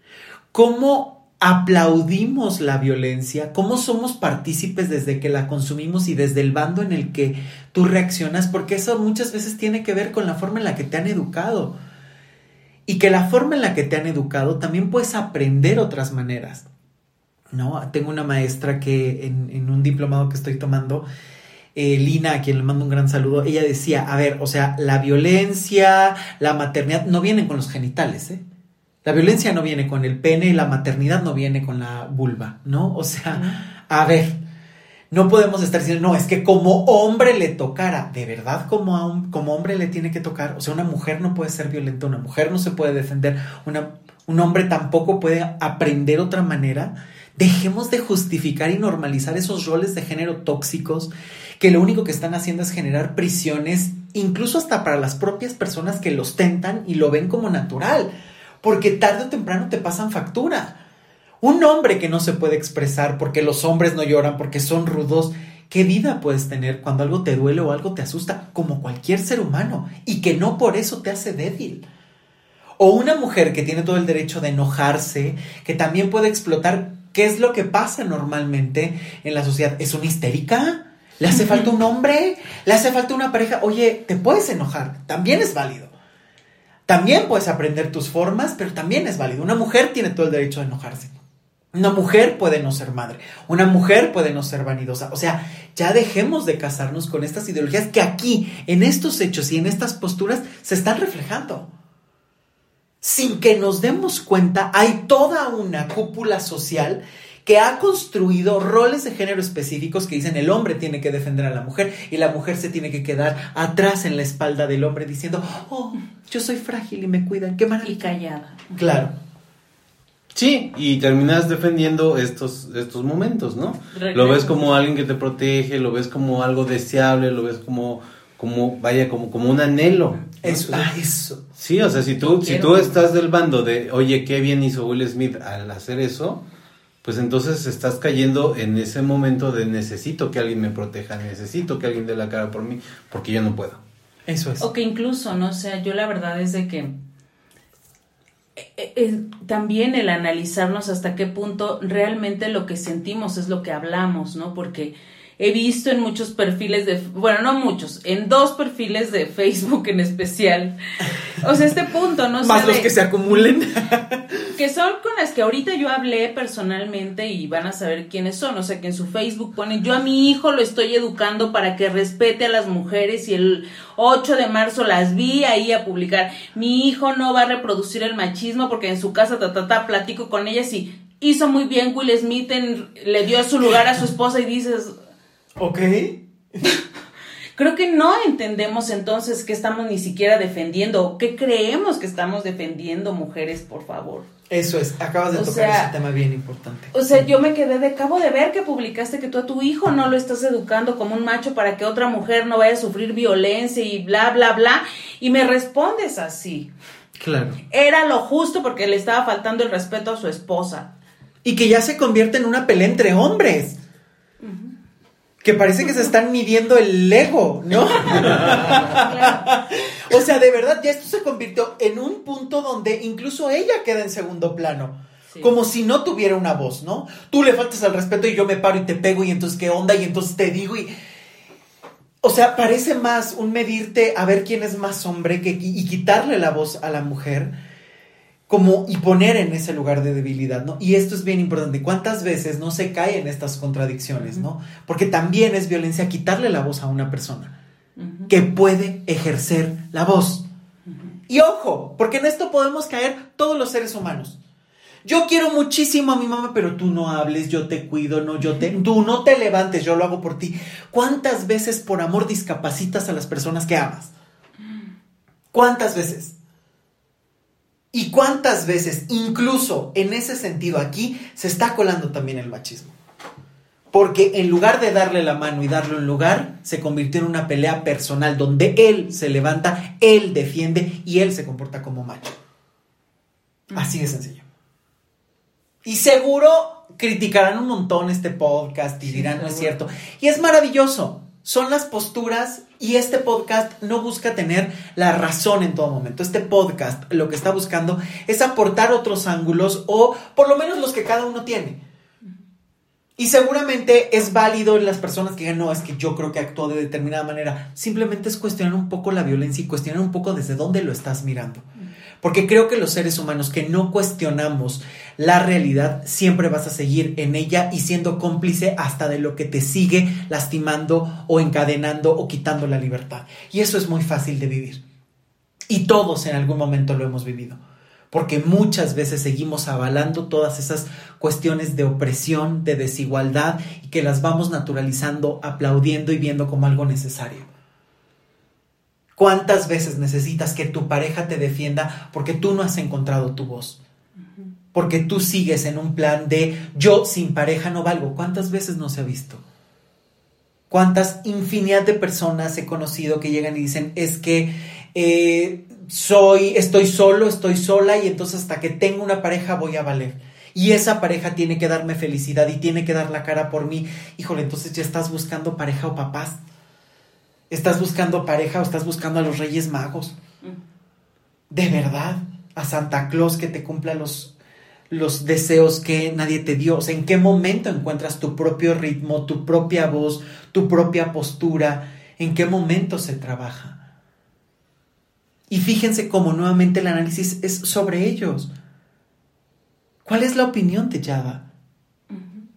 cómo aplaudimos la violencia, cómo somos partícipes desde que la consumimos y desde el bando en el que tú reaccionas, porque eso muchas veces tiene que ver con la forma en la que te han educado y que la forma en la que te han educado también puedes aprender otras maneras, ¿no? Tengo una maestra que en, en un diplomado que estoy tomando, eh, Lina, a quien le mando un gran saludo, ella decía, a ver, o sea, la violencia, la maternidad no vienen con los genitales, ¿eh? La violencia no viene con el pene y la maternidad no viene con la vulva, ¿no? O sea, a ver, no podemos estar diciendo, no, es que como hombre le tocara. ¿De verdad como, a un, como hombre le tiene que tocar? O sea, una mujer no puede ser violenta, una mujer no se puede defender, una, un hombre tampoco puede aprender otra manera. Dejemos de justificar y normalizar esos roles de género tóxicos que lo único que están haciendo es generar prisiones, incluso hasta para las propias personas que los tentan y lo ven como natural. Porque tarde o temprano te pasan factura. Un hombre que no se puede expresar porque los hombres no lloran, porque son rudos, ¿qué vida puedes tener cuando algo te duele o algo te asusta? Como cualquier ser humano, y que no por eso te hace débil. O una mujer que tiene todo el derecho de enojarse, que también puede explotar. ¿Qué es lo que pasa normalmente en la sociedad? ¿Es una histérica? ¿Le hace falta un hombre? ¿Le hace falta una pareja? Oye, te puedes enojar, también es válido. También puedes aprender tus formas, pero también es válido. Una mujer tiene todo el derecho de enojarse. Una mujer puede no ser madre. Una mujer puede no ser vanidosa. O sea, ya dejemos de casarnos con estas ideologías que aquí, en estos hechos y en estas posturas, se están reflejando. Sin que nos demos cuenta, hay toda una cúpula social que ha construido roles de género específicos que dicen el hombre tiene que defender a la mujer y la mujer se tiene que quedar atrás en la espalda del hombre diciendo, oh, yo soy frágil y me cuidan, qué maravilla. Y callada. Claro. Sí, y terminas defendiendo estos, estos momentos, ¿no? Regreso. Lo ves como alguien que te protege, lo ves como algo deseable, lo ves como, como vaya, como, como un anhelo, ¿no? Eso, ah, eso. Sí, o sea, si tú, si tú estás del bando de, oye, qué bien hizo Will Smith al hacer eso, pues entonces estás cayendo en ese momento de necesito que alguien me proteja, necesito que alguien dé la cara por mí, porque yo no puedo. Eso es. O que incluso, ¿no? O sea, yo la verdad es de que eh, eh, también el analizarnos hasta qué punto realmente lo que sentimos es lo que hablamos, ¿no? Porque he visto en muchos perfiles de, bueno, no muchos, en dos perfiles de Facebook en especial, o sea, este punto, ¿no? O sea, más los de, que se acumulen. que son con las que ahorita yo hablé personalmente y van a saber quiénes son, o sea, que en su Facebook ponen, yo a mi hijo lo estoy educando para que respete a las mujeres y el ocho de marzo las vi ahí a publicar, mi hijo no va a reproducir el machismo porque en su casa, ta, ta, ta, platico con ellas y hizo muy bien Will Smith, en, le dio su lugar a su esposa y dices... Ok. Creo que no entendemos entonces qué estamos ni siquiera defendiendo o qué creemos que estamos defendiendo, mujeres, por favor. Eso es, acabas de o tocar sea, ese tema bien importante. O sea, yo me quedé de acabo de ver que publicaste que tú a tu hijo no lo estás educando como un macho para que otra mujer no vaya a sufrir violencia y bla, bla, bla, y me respondes así. Claro. Era lo justo porque le estaba faltando el respeto a su esposa. Y que ya se convierte en una pelea entre hombres. Uh-huh. Que parece que se están midiendo el ego, ¿no? Claro. O sea, de verdad, ya esto se convirtió en un punto donde incluso ella queda en segundo plano. Sí. Como si no tuviera una voz, ¿no? Tú le faltas al respeto y yo me paro y te pego y entonces qué onda y entonces te digo y... O sea, parece más un medirte a ver quién es más hombre que, y quitarle la voz a la mujer como y poner en ese lugar de debilidad, ¿no? Y esto es bien importante. ¿Cuántas veces no se cae en estas contradicciones, uh-huh. ¿no? Porque también es violencia quitarle la voz a una persona uh-huh. que puede ejercer la voz. Uh-huh. Y ojo, porque en esto podemos caer todos los seres humanos. Yo quiero muchísimo a mi mamá, pero tú no hables, yo te cuido, no, yo te, tú no te levantes, yo lo hago por ti. ¿Cuántas veces por amor discapacitas a las personas que amas? ¿Cuántas veces? ¿Y cuántas veces, incluso en ese sentido aquí, se está colando también el machismo? Porque en lugar de darle la mano y darle un lugar, se convirtió en una pelea personal donde él se levanta, él defiende y él se comporta como macho. Así de sencillo. Y seguro criticarán un montón este podcast y dirán, no es cierto. Y es maravilloso. Son las posturas y este podcast no busca tener la razón en todo momento. Este podcast lo que está buscando es aportar otros ángulos o por lo menos los que cada uno tiene. Y seguramente es válido en las personas que digan, no, es que yo creo que actuó de determinada manera. Simplemente es cuestionar un poco la violencia y cuestionar un poco desde dónde lo estás mirando. Porque creo que los seres humanos que no cuestionamos la realidad, siempre vas a seguir en ella y siendo cómplice hasta de lo que te sigue lastimando o encadenando o quitando la libertad. Y eso es muy fácil de vivir. Y todos en algún momento lo hemos vivido. Porque muchas veces seguimos avalando todas esas cuestiones de opresión, de desigualdad, y que las vamos naturalizando, aplaudiendo y viendo como algo necesario. ¿Cuántas veces necesitas que tu pareja te defienda porque tú no has encontrado tu voz? Porque tú sigues en un plan de yo sin pareja no valgo. ¿Cuántas veces no se ha visto? ¿Cuántas infinidad de personas he conocido que llegan y dicen es que... Eh, Soy, estoy solo, estoy sola y entonces hasta que tenga una pareja voy a valer. Y esa pareja tiene que darme felicidad y tiene que dar la cara por mí. Híjole, entonces ya estás buscando pareja o papás. Estás buscando pareja o estás buscando a los Reyes Magos. De verdad, a Santa Claus que te cumpla los, los deseos que nadie te dio. O sea, ¿en qué momento encuentras tu propio ritmo, tu propia voz, tu propia postura? ¿En qué momento se trabaja? Y fíjense cómo nuevamente el análisis es sobre ellos. ¿Cuál es la opinión de Yada? Uh-huh.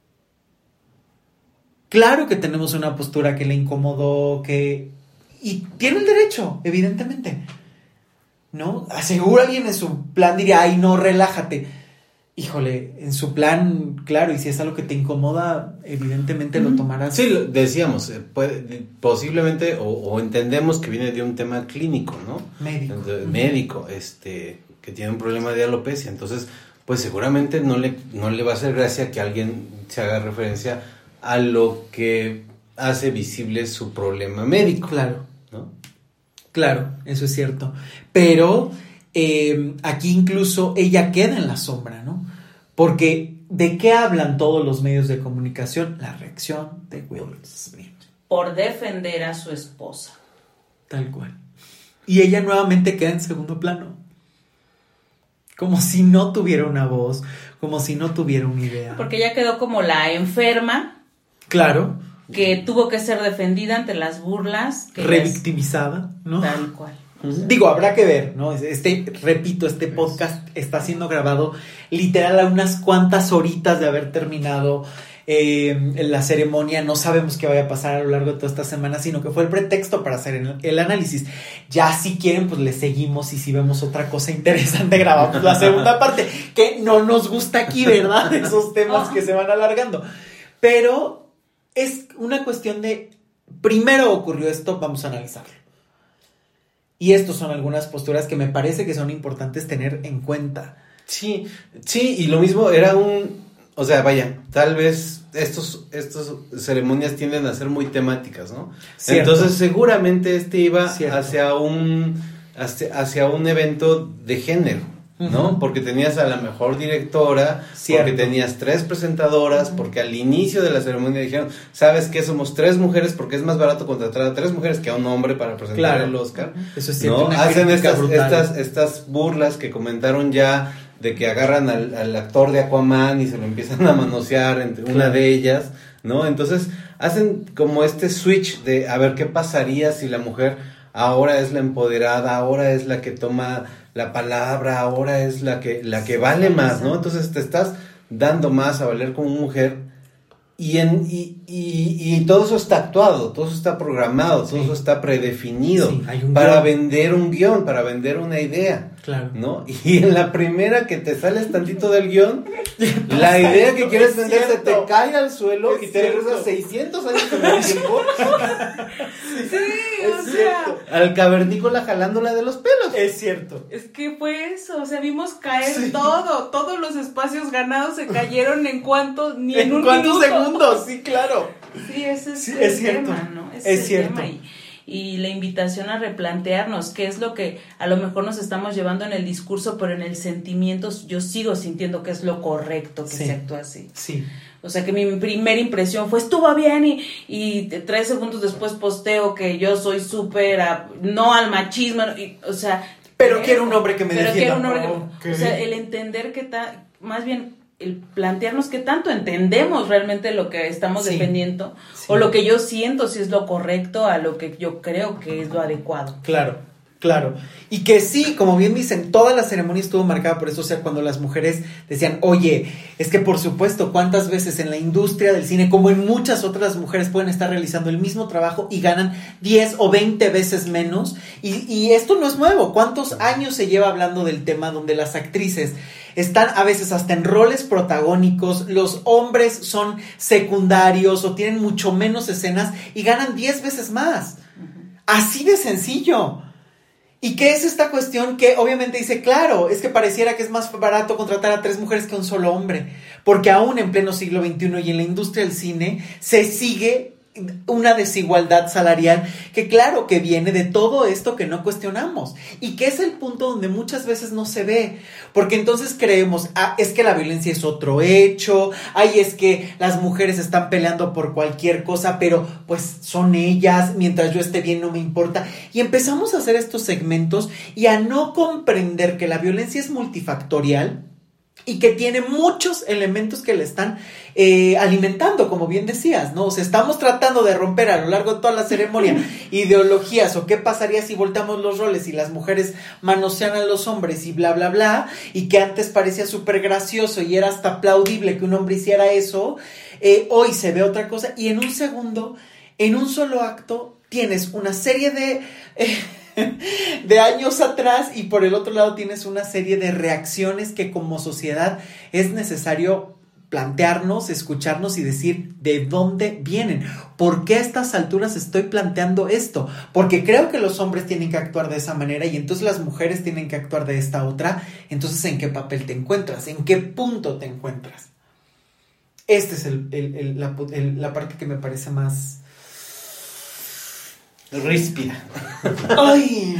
Claro que tenemos una postura que le incomodó, que... Y tiene el derecho, evidentemente. ¿No? Seguro alguien en su plan diría, ay, no, relájate. Híjole, en su plan, claro, y si es algo que te incomoda, evidentemente lo tomarás. Sí, decíamos, eh, puede, posiblemente, o, o entendemos que viene de un tema clínico, ¿no? Médico. De, médico, este, que tiene un problema de alopecia, entonces, pues seguramente no le, no le va a hacer gracia que alguien se haga referencia a lo que hace visible su problema médico. Claro. ¿No? Claro, eso es cierto. Pero... Eh, aquí incluso ella queda en la sombra, ¿no? Porque ¿de qué hablan todos los medios de comunicación? La reacción de Will Smith. Por defender a su esposa. Tal cual. Y ella nuevamente queda en segundo plano. Como si no tuviera una voz, como si no tuviera una idea. Porque ella quedó como la enferma. Claro. Que tuvo que ser defendida ante las burlas. Que revictimizada, ¿no? Tal cual. Digo, habrá que ver, ¿no? Este, repito, este podcast está siendo grabado literal a unas cuantas horitas de haber terminado eh, la ceremonia. No sabemos qué vaya a pasar a lo largo de toda esta semana, sino que fue el pretexto para hacer el, el análisis. Ya si quieren, pues le seguimos y si vemos otra cosa interesante, grabamos la segunda parte, que no nos gusta aquí, ¿verdad? Esos temas que se van alargando. Pero es una cuestión de, primero ocurrió esto, vamos a analizarlo. Y estas son algunas posturas que me parece que son importantes tener en cuenta. Sí, sí, y lo mismo era un, o sea, vaya, tal vez estos, estos ceremonias tienden a ser muy temáticas, ¿no? Cierto. Entonces seguramente este iba Cierto. hacia un, hacia, hacia un evento de género, ¿no? Uh-huh. Porque tenías a la mejor directora, Cierto. porque tenías tres presentadoras, uh-huh. porque al inicio de la ceremonia dijeron, ¿sabes qué? Somos tres mujeres porque es más barato contratar a tres mujeres que a un hombre para presentar claro. el Oscar. Uh-huh. Eso es cierto. ¿No? Hacen estas, estas, estas burlas que comentaron ya de que agarran al, al actor de Aquaman y se lo empiezan a manosear entre claro. una de ellas, ¿no? Entonces hacen como este switch de a ver qué pasaría si la mujer ahora es la empoderada, ahora es la que toma la palabra, ahora es la que la que vale más, ¿no? Entonces te estás dando más a valer como mujer y en y, y, y todo eso está actuado, todo eso está programado, sí. todo eso está predefinido sí, hay un para guión. vender un guión, para vender una idea. Claro. ¿No? Y en la primera que te sales tantito del guión, la idea que quieres vender se te cae al suelo es y te regresas seiscientos años en el tiempo. Sí, o es sea. Cierto. Al cavernícola jalándola de los pelos. Es cierto. Es que fue eso, o sea, vimos caer sí. todo, todos los espacios ganados se cayeron en cuánto, ni en, ¿En un cuántos minuto. segundos? mundo, sí, claro. Sí, ese es, Sí, el es cierto. tema, ¿no? Ese Es el cierto. tema. Y, y la invitación a replantearnos qué es lo que a lo mejor nos estamos llevando en el discurso, pero en el sentimiento yo sigo sintiendo que es lo correcto que Sí. se actúa así. Sí. O sea, que mi primera impresión fue, estuvo bien, y, y tres segundos después posteo que yo soy súper, a- no al machismo, y, o sea... Pero eso. quiero un hombre que me Pero defienda. quiero un hombre que- Oh, ok. O sea, el entender que ta, más bien, el plantearnos qué tanto entendemos realmente lo que estamos Sí. defendiendo, Sí. o lo que yo siento si es lo correcto a lo que yo creo que es lo adecuado. Claro, claro. Y que sí, como bien dicen, toda la ceremonia estuvo marcada por eso. O sea, cuando las mujeres decían, oye, es que por supuesto, cuántas veces en la industria del cine, como en muchas otras mujeres, pueden estar realizando el mismo trabajo y ganan diez o veinte veces menos. Y, y esto no es nuevo. ¿Cuántos años se lleva hablando del tema donde las actrices están a veces hasta en roles protagónicos, los hombres son secundarios o tienen mucho menos escenas y ganan diez veces más? Así de sencillo. ¿Y qué es esta cuestión que obviamente dice, claro, es que pareciera que es más barato contratar a tres mujeres que a un solo hombre? Porque aún en pleno siglo veintiuno y en la industria del cine se sigue una desigualdad salarial que claro que viene de todo esto que no cuestionamos y que es el punto donde muchas veces no se ve, porque entonces creemos, ah, es que la violencia es otro hecho, ay, es que las mujeres están peleando por cualquier cosa, pero pues son ellas, mientras yo esté bien no me importa, y empezamos a hacer estos segmentos y a no comprender que la violencia es multifactorial y que tiene muchos elementos que le están eh, alimentando, como bien decías, ¿no? O sea, estamos tratando de romper a lo largo de toda la ceremonia ideologías, o qué pasaría si volteamos los roles y las mujeres manosean a los hombres y bla, bla, bla, y que antes parecía súper gracioso y era hasta aplaudible que un hombre hiciera eso, eh, hoy se ve otra cosa, y en un segundo, en un solo acto, tienes una serie de... Eh, de años atrás y por el otro lado tienes una serie de reacciones que como sociedad es necesario plantearnos, escucharnos y decir de dónde vienen, por qué a estas alturas estoy planteando esto, porque creo que los hombres tienen que actuar de esa manera y entonces las mujeres tienen que actuar de esta otra. Entonces, ¿en qué papel te encuentras? ¿En qué punto te encuentras? Esta es el, el, el, la, el, la parte que me parece más ríspida. ¡ay!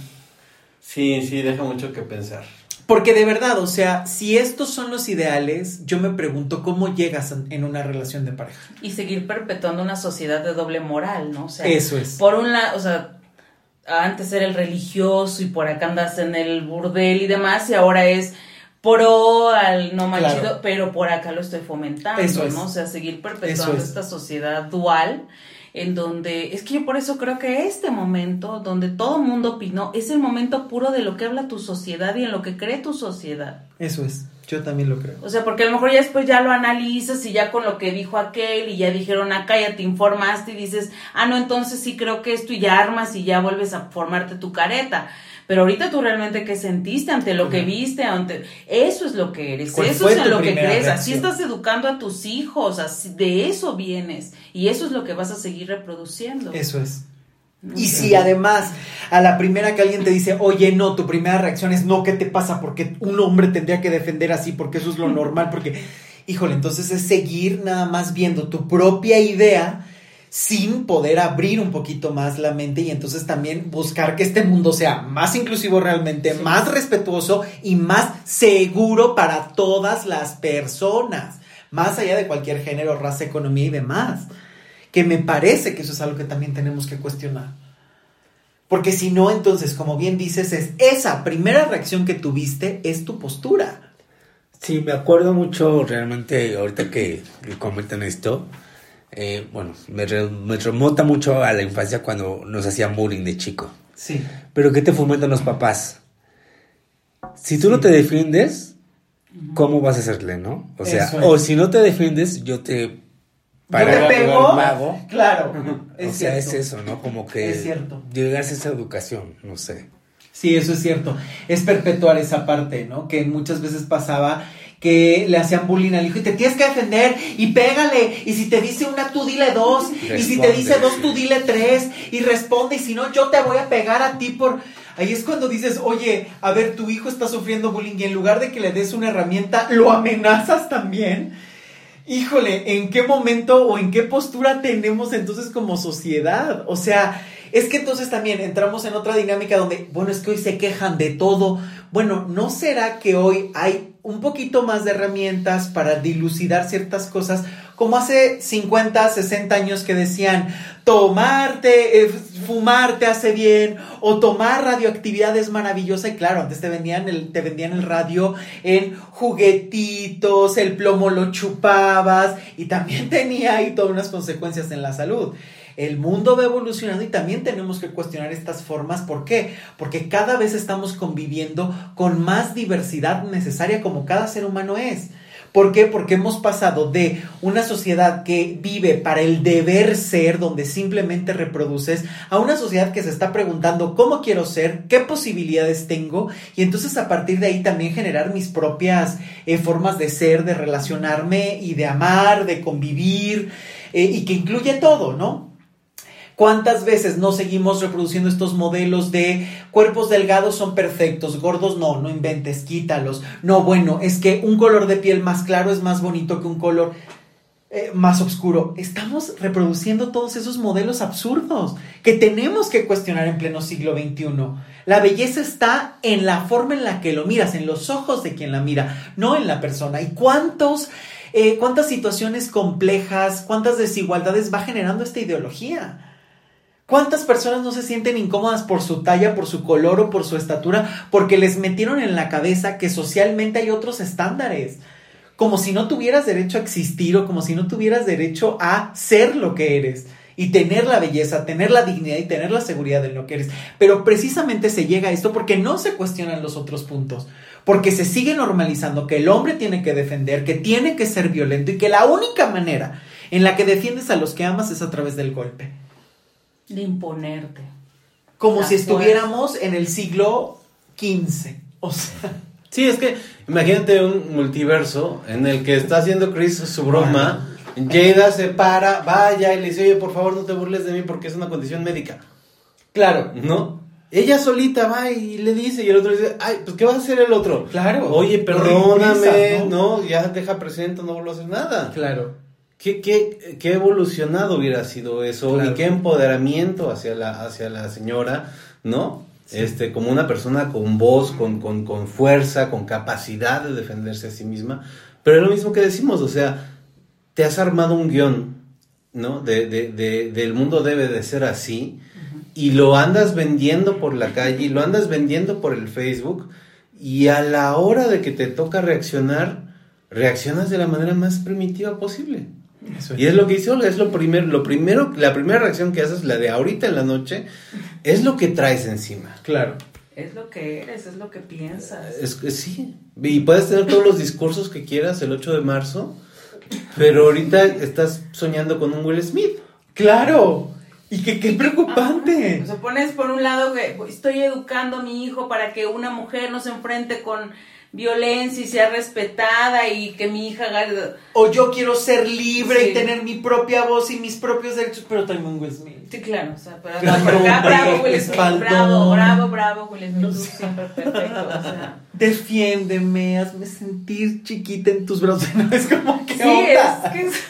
Sí, sí, deja mucho que pensar. Porque de verdad, o sea, si estos son los ideales, yo me pregunto cómo llegas en una relación de pareja. Y seguir perpetuando una sociedad de doble moral, ¿no? O sea, eso es. Por un lado, o sea, antes era el religioso y por acá andas en el burdel y demás, y ahora es pro al no machido, Claro. pero por acá lo estoy fomentando, Eso es. ¿no? O sea, seguir perpetuando Eso es. esta sociedad dual, en donde, es que yo por eso creo que este momento, donde todo el mundo opinó, es el momento puro de lo que habla tu sociedad y en lo que cree tu sociedad. Eso es, yo también lo creo. O sea, porque a lo mejor ya después ya lo analizas y ya con lo que dijo aquel y ya dijeron acá, ya te informaste y dices, ah, no, entonces sí creo que esto, y ya armas y ya vuelves a formarte tu careta. Pero ahorita tú realmente qué sentiste ante lo que viste, ante eso es lo que eres, ¿Cuál eso fue es en tu lo que primera crees, reacción? así estás educando a tus hijos, así, de eso vienes y eso es lo que vas a seguir reproduciendo. Eso es. No Y sé. si además a la primera que alguien te dice, oye, no, tu primera reacción es no, ¿qué te pasa? Porque un hombre tendría que defender así, porque eso es lo normal, porque, híjole, entonces es seguir nada más viendo tu propia idea sin poder abrir un poquito más la mente y entonces también buscar que este mundo sea más inclusivo realmente, Sí. más respetuoso y más seguro para todas las personas, más allá de cualquier género, raza, economía y demás. Que me parece que eso es algo que también tenemos que cuestionar. Porque si no, entonces, como bien dices, es esa primera reacción que tuviste es tu postura. Sí, me acuerdo mucho realmente, ahorita que, que comentan esto, eh, bueno, me, re, me remonta mucho a la infancia cuando nos hacían bullying de chico. Sí. Pero ¿qué te fomentan los papás? Si tú Sí. no te defiendes, ¿cómo vas a hacerle, no? O sea, Eso es. o si no te defiendes, yo te... ¿Yo para- te pego? mago. Claro. Es O sea, cierto. es eso, ¿no? Como que Es cierto. llegarse a esa educación, no sé. Sí, eso es cierto. Es perpetuar esa parte, ¿no? Que muchas veces pasaba que le hacían bullying al hijo y te tienes que defender y pégale. Y si te dice una, tú dile dos. Y si te Responde. dice dos, tú dile tres. Y responde. Y si no, yo te voy a pegar a ti por... Ahí es cuando dices, oye, a ver, tu hijo está sufriendo bullying y en lugar de que le des una herramienta, lo amenazas también. híjole, ¿en qué momento o en qué postura tenemos entonces como sociedad? O sea, es que entonces también entramos en otra dinámica donde, bueno, es que hoy se quejan de todo. Bueno, ¿no será que hoy hay un poquito más de herramientas para dilucidar ciertas cosas? Como hace cincuenta, sesenta años que decían, tomarte, eh, fumar te hace bien, o tomar radioactividad es maravillosa. Y claro, antes te vendían el, te vendían el radio en juguetitos, el plomo lo chupabas, y también tenía ahí todas unas consecuencias en la salud. El mundo va evolucionando y también tenemos que cuestionar estas formas. ¿Por qué? Porque cada vez estamos conviviendo con más diversidad necesaria como cada ser humano es. ¿Por qué? Porque hemos pasado de una sociedad que vive para el deber ser, donde simplemente reproduces, a una sociedad que se está preguntando cómo quiero ser, qué posibilidades tengo, y entonces a partir de ahí también generar mis propias eh, formas de ser, de relacionarme y de amar, de convivir, eh, y que incluye todo, ¿no? ¿Cuántas veces no seguimos reproduciendo estos modelos de cuerpos delgados son perfectos, gordos no, no inventes, quítalos? No, bueno, es que un color de piel más claro es más bonito que un color eh, más oscuro. Estamos reproduciendo todos esos modelos absurdos que tenemos que cuestionar en pleno siglo veintiuno. La belleza está en la forma en la que lo miras, en los ojos de quien la mira, no en la persona. ¿Y cuántos, eh, cuántas situaciones complejas, cuántas desigualdades va generando esta ideología? ¿Cuántas personas no se sienten incómodas por su talla, por su color o por su estatura? Porque les metieron en la cabeza que socialmente hay otros estándares. Como si no tuvieras derecho a existir o como si no tuvieras derecho a ser lo que eres. Y tener la belleza, tener la dignidad y tener la seguridad en lo que eres. Pero precisamente se llega a esto porque no se cuestionan los otros puntos. Porque se sigue normalizando que el hombre tiene que defender, que tiene que ser violento y que la única manera en la que defiendes a los que amas es a través del golpe. De imponerte. Como La si fuerza. estuviéramos en el siglo quince. O sea. Sí, es que imagínate un multiverso en el que está haciendo Chris su broma. Jada se para, vaya y le dice, oye, por favor no te burles de mí porque es una condición médica. Claro. ¿No? Ella solita va y le dice, y el otro le dice, ay, pues ¿qué va a hacer el otro? Claro. Oye, perdóname, Ridiculiza, ¿no? ¿no? Ya deja presente, no vuelvo a hacer nada. Claro. ¿Qué, qué, qué evolucionado hubiera sido eso? Claro. Y qué empoderamiento hacia la, hacia la señora, ¿no? Sí. Este, como una persona con voz, con, con, con fuerza, con capacidad de defenderse a sí misma. Pero es lo mismo que decimos, o sea, te has armado un guión, ¿no? De, de, de, del mundo debe de ser así, uh-huh. Y lo andas vendiendo por la calle, y lo andas vendiendo por el Facebook, y a la hora de que te toca reaccionar, reaccionas de la manera más primitiva posible. Eso es. Y es lo que hizo, es lo primero, lo primero, la primera reacción que haces, la de ahorita en la noche, es lo que traes encima. Claro. Es lo que eres, es lo que piensas. Es, es, sí, y puedes tener todos los discursos que quieras el ocho de marzo, pero ahorita estás soñando con un Will Smith. Claro. Y que qué preocupante. O sea, pones por un lado que estoy educando a mi hijo para que una mujer no se enfrente con violencia y sea respetada y que mi hija haga... O yo quiero ser libre, sí, y tener mi propia voz y mis propios derechos, pero también un Will Smith. Sí, claro, o sea, pero acá, por acá, bravo Will Smith, bravo, bravo, bravo Will Smith, tú siempre perfecto, o sea. Defiéndeme, hazme sentir chiquita en tus brazos, no es como que sí, onda. es que es...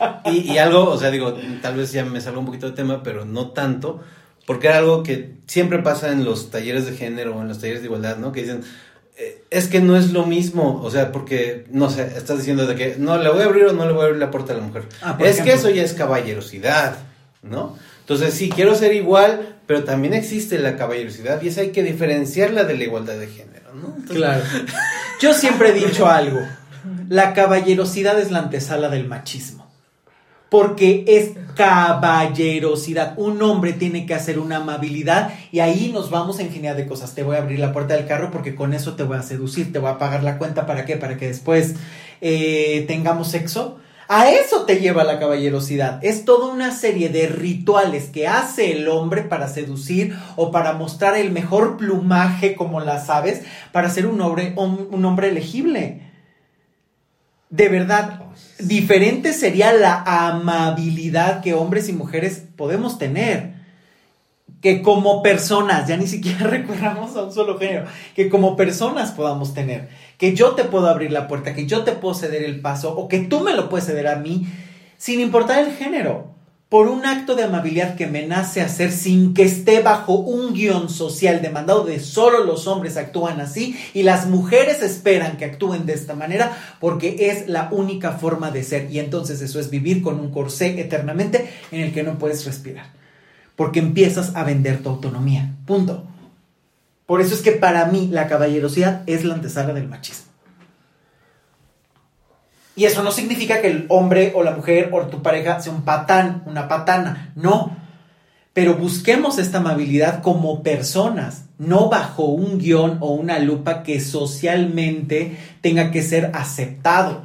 y, y algo, o sea, digo, tal vez ya me salgo un poquito de tema, pero no tanto, porque era algo que siempre pasa en los talleres de género o en los talleres de igualdad, ¿no? Que dicen, es que no es lo mismo, o sea, porque, no sé, estás diciendo de que no le voy a abrir o no le voy a abrir la puerta a la mujer. Ah, es ejemplo. Que eso ya es caballerosidad, ¿no? Entonces, sí, quiero ser igual, pero también existe la caballerosidad y esa hay que diferenciarla de la igualdad de género, ¿no? Entonces, claro. Yo siempre he dicho algo, la caballerosidad es la antesala del machismo. Porque es caballerosidad. Un hombre tiene que hacer una amabilidad y ahí nos vamos a infinidad de cosas. Te voy a abrir la puerta del carro porque con eso te voy a seducir, te voy a pagar la cuenta. ¿Para qué? Para que después eh, tengamos sexo. A eso te lleva la caballerosidad. Es toda una serie de rituales que hace el hombre para seducir o para mostrar el mejor plumaje, como las aves, para ser un hombre, un, un hombre elegible. De verdad, diferente sería la amabilidad que hombres y mujeres podemos tener. que como personas, ya ni siquiera recurramos a un solo género, que como personas podamos tener, que yo te puedo abrir la puerta, que yo te puedo ceder el paso, o que tú me lo puedes ceder a mí, sin importar el género, por un acto de amabilidad que me nace hacer sin que esté bajo un guión social demandado de solo los hombres actúan así y las mujeres esperan que actúen de esta manera porque es la única forma de ser, y entonces eso es vivir con un corsé eternamente en el que no puedes respirar, porque empiezas a vender tu autonomía, punto. Por eso es que para mí la caballerosidad es la antesala del machismo. Y eso no significa que el hombre o la mujer o tu pareja sea un patán, una patana, no. Pero busquemos esta amabilidad como personas, no bajo un guión o una lupa que socialmente tenga que ser aceptado.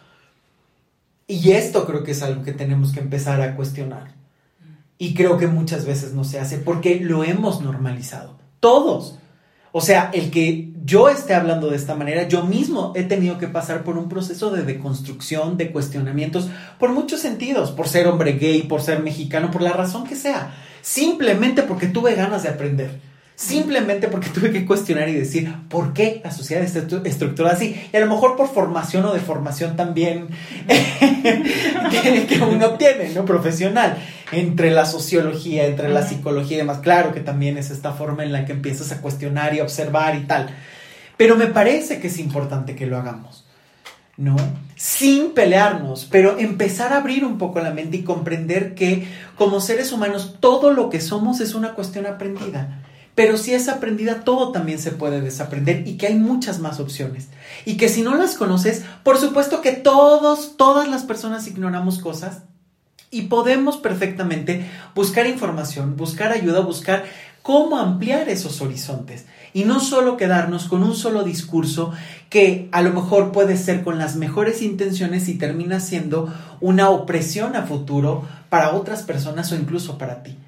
Y esto creo que es algo que tenemos que empezar a cuestionar. Y creo que muchas veces no se hace porque lo hemos normalizado. Todos. O sea, el que yo esté hablando de esta manera, yo mismo he tenido que pasar por un proceso de deconstrucción, de cuestionamientos, por muchos sentidos, por ser hombre gay, por ser mexicano, por la razón que sea. Simplemente porque tuve ganas de aprender. Simplemente porque tuve que cuestionar y decir por qué la sociedad está estructurada así. Y a lo mejor por formación o deformación también que, que uno tiene, ¿no? Profesional. Entre la sociología, entre la psicología y demás. Claro que también es esta forma en la que empiezas a cuestionar y a observar y tal. Pero me parece que es importante que lo hagamos, ¿no? Sin pelearnos, pero empezar a abrir un poco la mente y comprender que como seres humanos todo lo que somos es una cuestión aprendida. Pero si es aprendida, todo también se puede desaprender y que hay muchas más opciones. Y que si no las conoces, por supuesto que todos, todas las personas ignoramos cosas y podemos perfectamente buscar información, buscar ayuda, buscar cómo ampliar esos horizontes. Y no solo quedarnos con un solo discurso que a lo mejor puede ser con las mejores intenciones y termina siendo una opresión a futuro para otras personas o incluso para ti.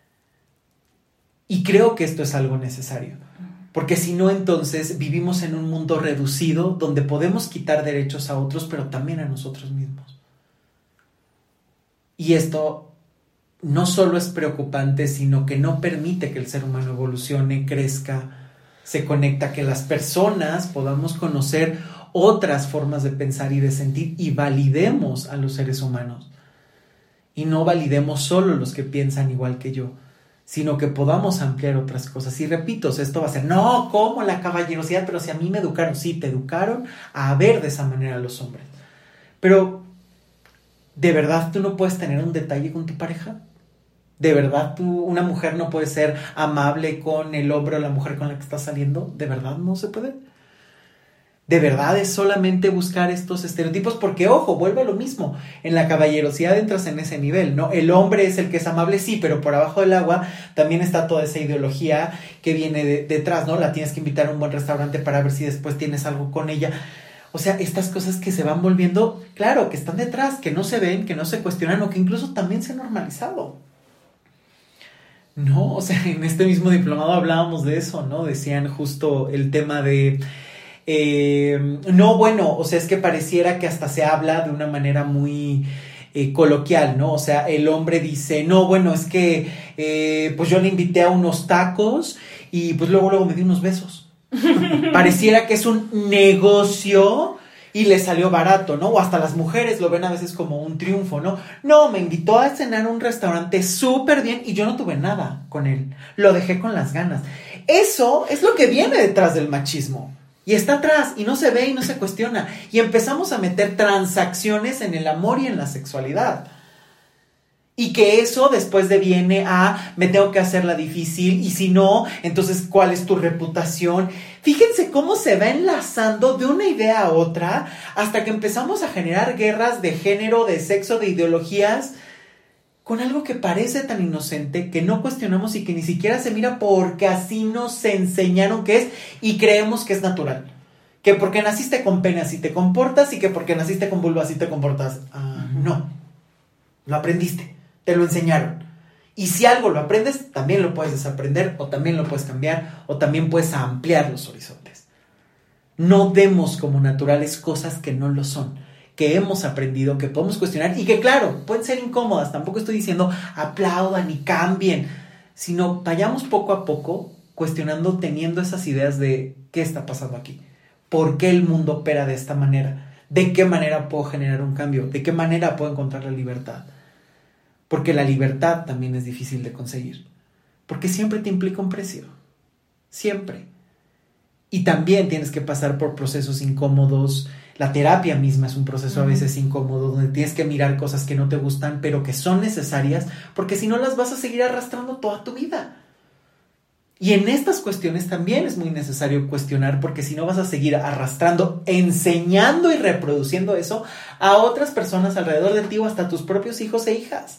Y creo que esto es algo necesario, porque si no, entonces vivimos en un mundo reducido donde podemos quitar derechos a otros, pero también a nosotros mismos. Y esto no solo es preocupante, sino que no permite que el ser humano evolucione, crezca, se conecta, que las personas podamos conocer otras formas de pensar y de sentir y validemos a los seres humanos. Y no validemos solo los que piensan igual que yo, sino que podamos ampliar otras cosas. Y repito, o sea, esto va a ser, no, ¿cómo la caballerosidad? Pero si a mí me educaron, sí, te educaron a ver de esa manera a los hombres. Pero, ¿de verdad tú no puedes tener un detalle con tu pareja? ¿De verdad tú, una mujer no puede ser amable con el hombre o la mujer con la que está saliendo? ¿De verdad no se puede? ¿De verdad es solamente buscar estos estereotipos? Porque, ojo, vuelve a lo mismo. En la caballerosidad entras en ese nivel, ¿no? El hombre es el que es amable, sí, pero por abajo del agua también está toda esa ideología que viene de, detrás, ¿no? La tienes que invitar a un buen restaurante para ver si después tienes algo con ella. O sea, estas cosas que se van volviendo, claro, que están detrás, que no se ven, que no se cuestionan o que incluso también se han normalizado. No, o sea, en este mismo diplomado hablábamos de eso, ¿no? Decían justo el tema de... Eh, no, bueno, o sea, es que pareciera que hasta se habla de una manera muy eh, coloquial, ¿no? O sea, el hombre dice, no, bueno, es que eh, pues yo le invité a unos tacos y pues luego, luego me di unos besos. Pareciera que es un negocio y le salió barato, ¿no? O hasta las mujeres lo ven a veces como un triunfo, ¿no? No, me invitó a cenar a un restaurante súper bien y yo no tuve nada con él. Lo dejé con las ganas. Eso es lo que viene detrás del machismo. Y está atrás, y no se ve y no se cuestiona. Y empezamos a meter transacciones en el amor y en la sexualidad. Y que eso después deviene a, me tengo que hacerla difícil, y si no, entonces, ¿cuál es tu reputación? Fíjense cómo se va enlazando de una idea a otra, hasta que empezamos a generar guerras de género, de sexo, de ideologías, con algo que parece tan inocente, que no cuestionamos y que ni siquiera se mira porque así nos enseñaron que es y creemos que es natural. Que porque naciste con pene así te comportas y que porque naciste con vulva así te comportas. Ah, no. Lo aprendiste, te lo enseñaron. Y si algo lo aprendes, también lo puedes desaprender o también lo puedes cambiar o también puedes ampliar los horizontes. No demos como naturales cosas que no lo son, que hemos aprendido, que podemos cuestionar y que claro, pueden ser incómodas. Tampoco estoy diciendo aplaudan y cambien. sino vayamos poco a poco cuestionando, teniendo esas ideas de qué está pasando aquí, por qué el mundo opera de esta manera, de qué manera puedo generar un cambio, de qué manera puedo encontrar la libertad. Porque la libertad también es difícil de conseguir, porque siempre te implica un precio, siempre. Y también tienes que pasar por procesos incómodos. La terapia misma es un proceso a veces incómodo, donde tienes que mirar cosas que no te gustan, pero que son necesarias, porque si no las vas a seguir arrastrando toda tu vida. Y en estas cuestiones también es muy necesario cuestionar, porque si no vas a seguir arrastrando, enseñando y reproduciendo eso a otras personas alrededor de ti o hasta tus propios hijos e hijas.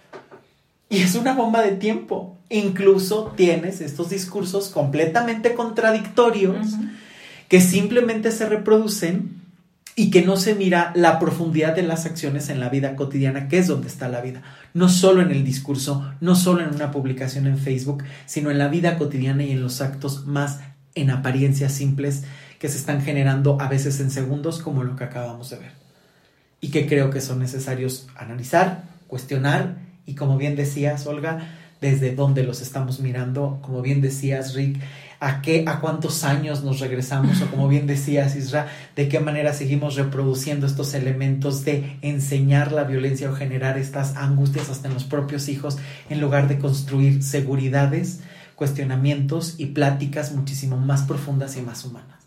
Y es una bomba de tiempo. Incluso tienes estos discursos completamente contradictorios, uh-huh, que simplemente se reproducen y que no se mira la profundidad de las acciones en la vida cotidiana, que es donde está la vida. No solo en el discurso, no solo en una publicación en Facebook, sino en la vida cotidiana y en los actos más en apariencias simples que se están generando a veces en segundos, como lo que acabamos de ver. Y que creo que son necesarios analizar, cuestionar y, como bien decías, Olga, desde dónde los estamos mirando, como bien decías, Rick, a qué, a cuántos años nos regresamos, o como bien decías, Isra, de qué manera seguimos reproduciendo estos elementos de enseñar la violencia o generar estas angustias hasta en los propios hijos, en lugar de construir seguridades, cuestionamientos y pláticas muchísimo más profundas y más humanas.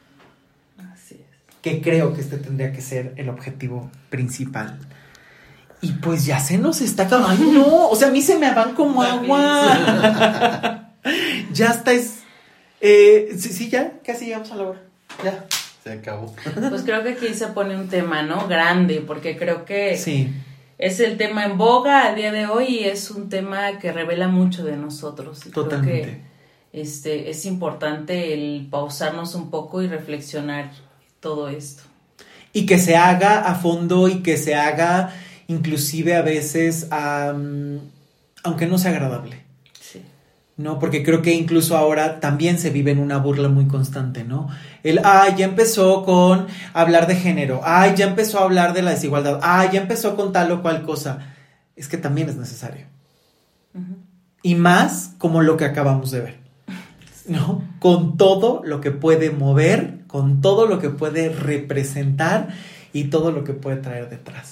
Así es. Que creo que este tendría que ser el objetivo principal. Y pues ya se nos está acabando. Ay, no, o sea, a mí se me van como agua. Ya está, es... Eh, sí, sí, ya, casi llegamos a la hora. Ya. Se acabó. Pues creo que aquí se pone un tema, ¿no? Grande, porque creo que sí, es el tema en boga a día de hoy y es un tema que revela mucho de nosotros. Y totalmente. creo que este, es importante el pausarnos un poco y reflexionar todo esto. Y que se haga a fondo y que se haga... inclusive a veces, um, aunque no sea agradable. Sí. No, porque creo que incluso ahora también se vive en una burla muy constante, ¿no? El, ay, ya empezó con hablar de género, ay, ya empezó a hablar de la desigualdad, ay, ya empezó con tal o cual cosa. Es que también es necesario. Uh-huh. Y más como lo que acabamos de ver, ¿no? Con todo lo que puede mover, con todo lo que puede representar y todo lo que puede traer detrás.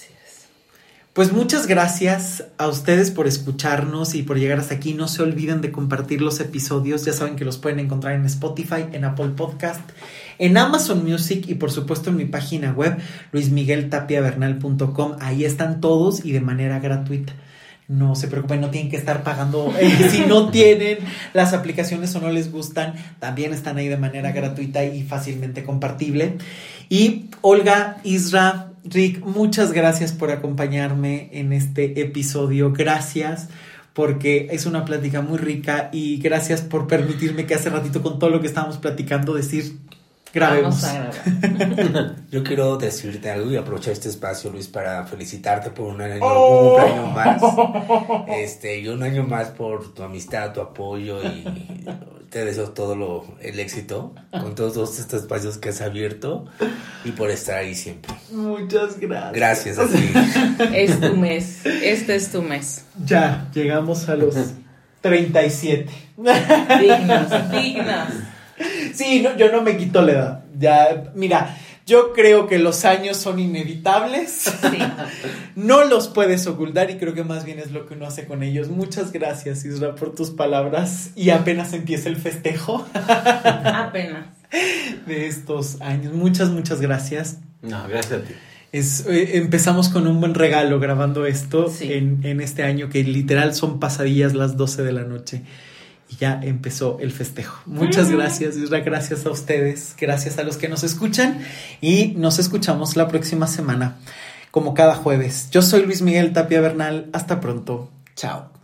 Pues muchas gracias a ustedes por escucharnos y por llegar hasta aquí. No se olviden de compartir los episodios. Ya saben que los pueden encontrar en Spotify, en Apple Podcast, en Amazon Music y por supuesto en mi página web luis miguel tapia bernal punto com. Ahí están todos y de manera gratuita. No se preocupen, no tienen que estar pagando. Eh, si no tienen las aplicaciones o no les gustan, también están ahí de manera gratuita y fácilmente compartible. Y Olga, Isra, Rick, muchas gracias por acompañarme en este episodio. Gracias porque es una plática muy rica y gracias por permitirme que hace ratito con todo lo que estábamos platicando decir grabemos. Vamos a grabar. Yo quiero decirte algo y aprovechar este espacio, Luis, para felicitarte por un año, oh. un año más. Este, y un año más por tu amistad, tu apoyo y te deseo todo lo, el éxito con todos estos espacios que has abierto y por estar ahí siempre. Muchas gracias. Gracias a ti. Es tu mes, este es tu mes. Ya, llegamos a los treinta y siete. Dignos, dignos. Sí, no, yo no me quito la edad. Ya, mira, yo creo que los años son inevitables. Sí. No los puedes ocultar y creo que más bien es lo que uno hace con ellos. Muchas gracias, Isra, por tus palabras. Y apenas empieza el festejo. Apenas. De estos años. Muchas, muchas gracias. No, gracias a ti. Es, eh, empezamos con un buen regalo grabando esto sí. en, en este año que literal son pasadillas las doce de la noche. Y ya empezó el festejo. Muchas gracias, Isra, gracias a ustedes, gracias a los que nos escuchan y nos escuchamos la próxima semana, como cada jueves. Yo soy Luis Miguel Tapia Bernal, hasta pronto, chao.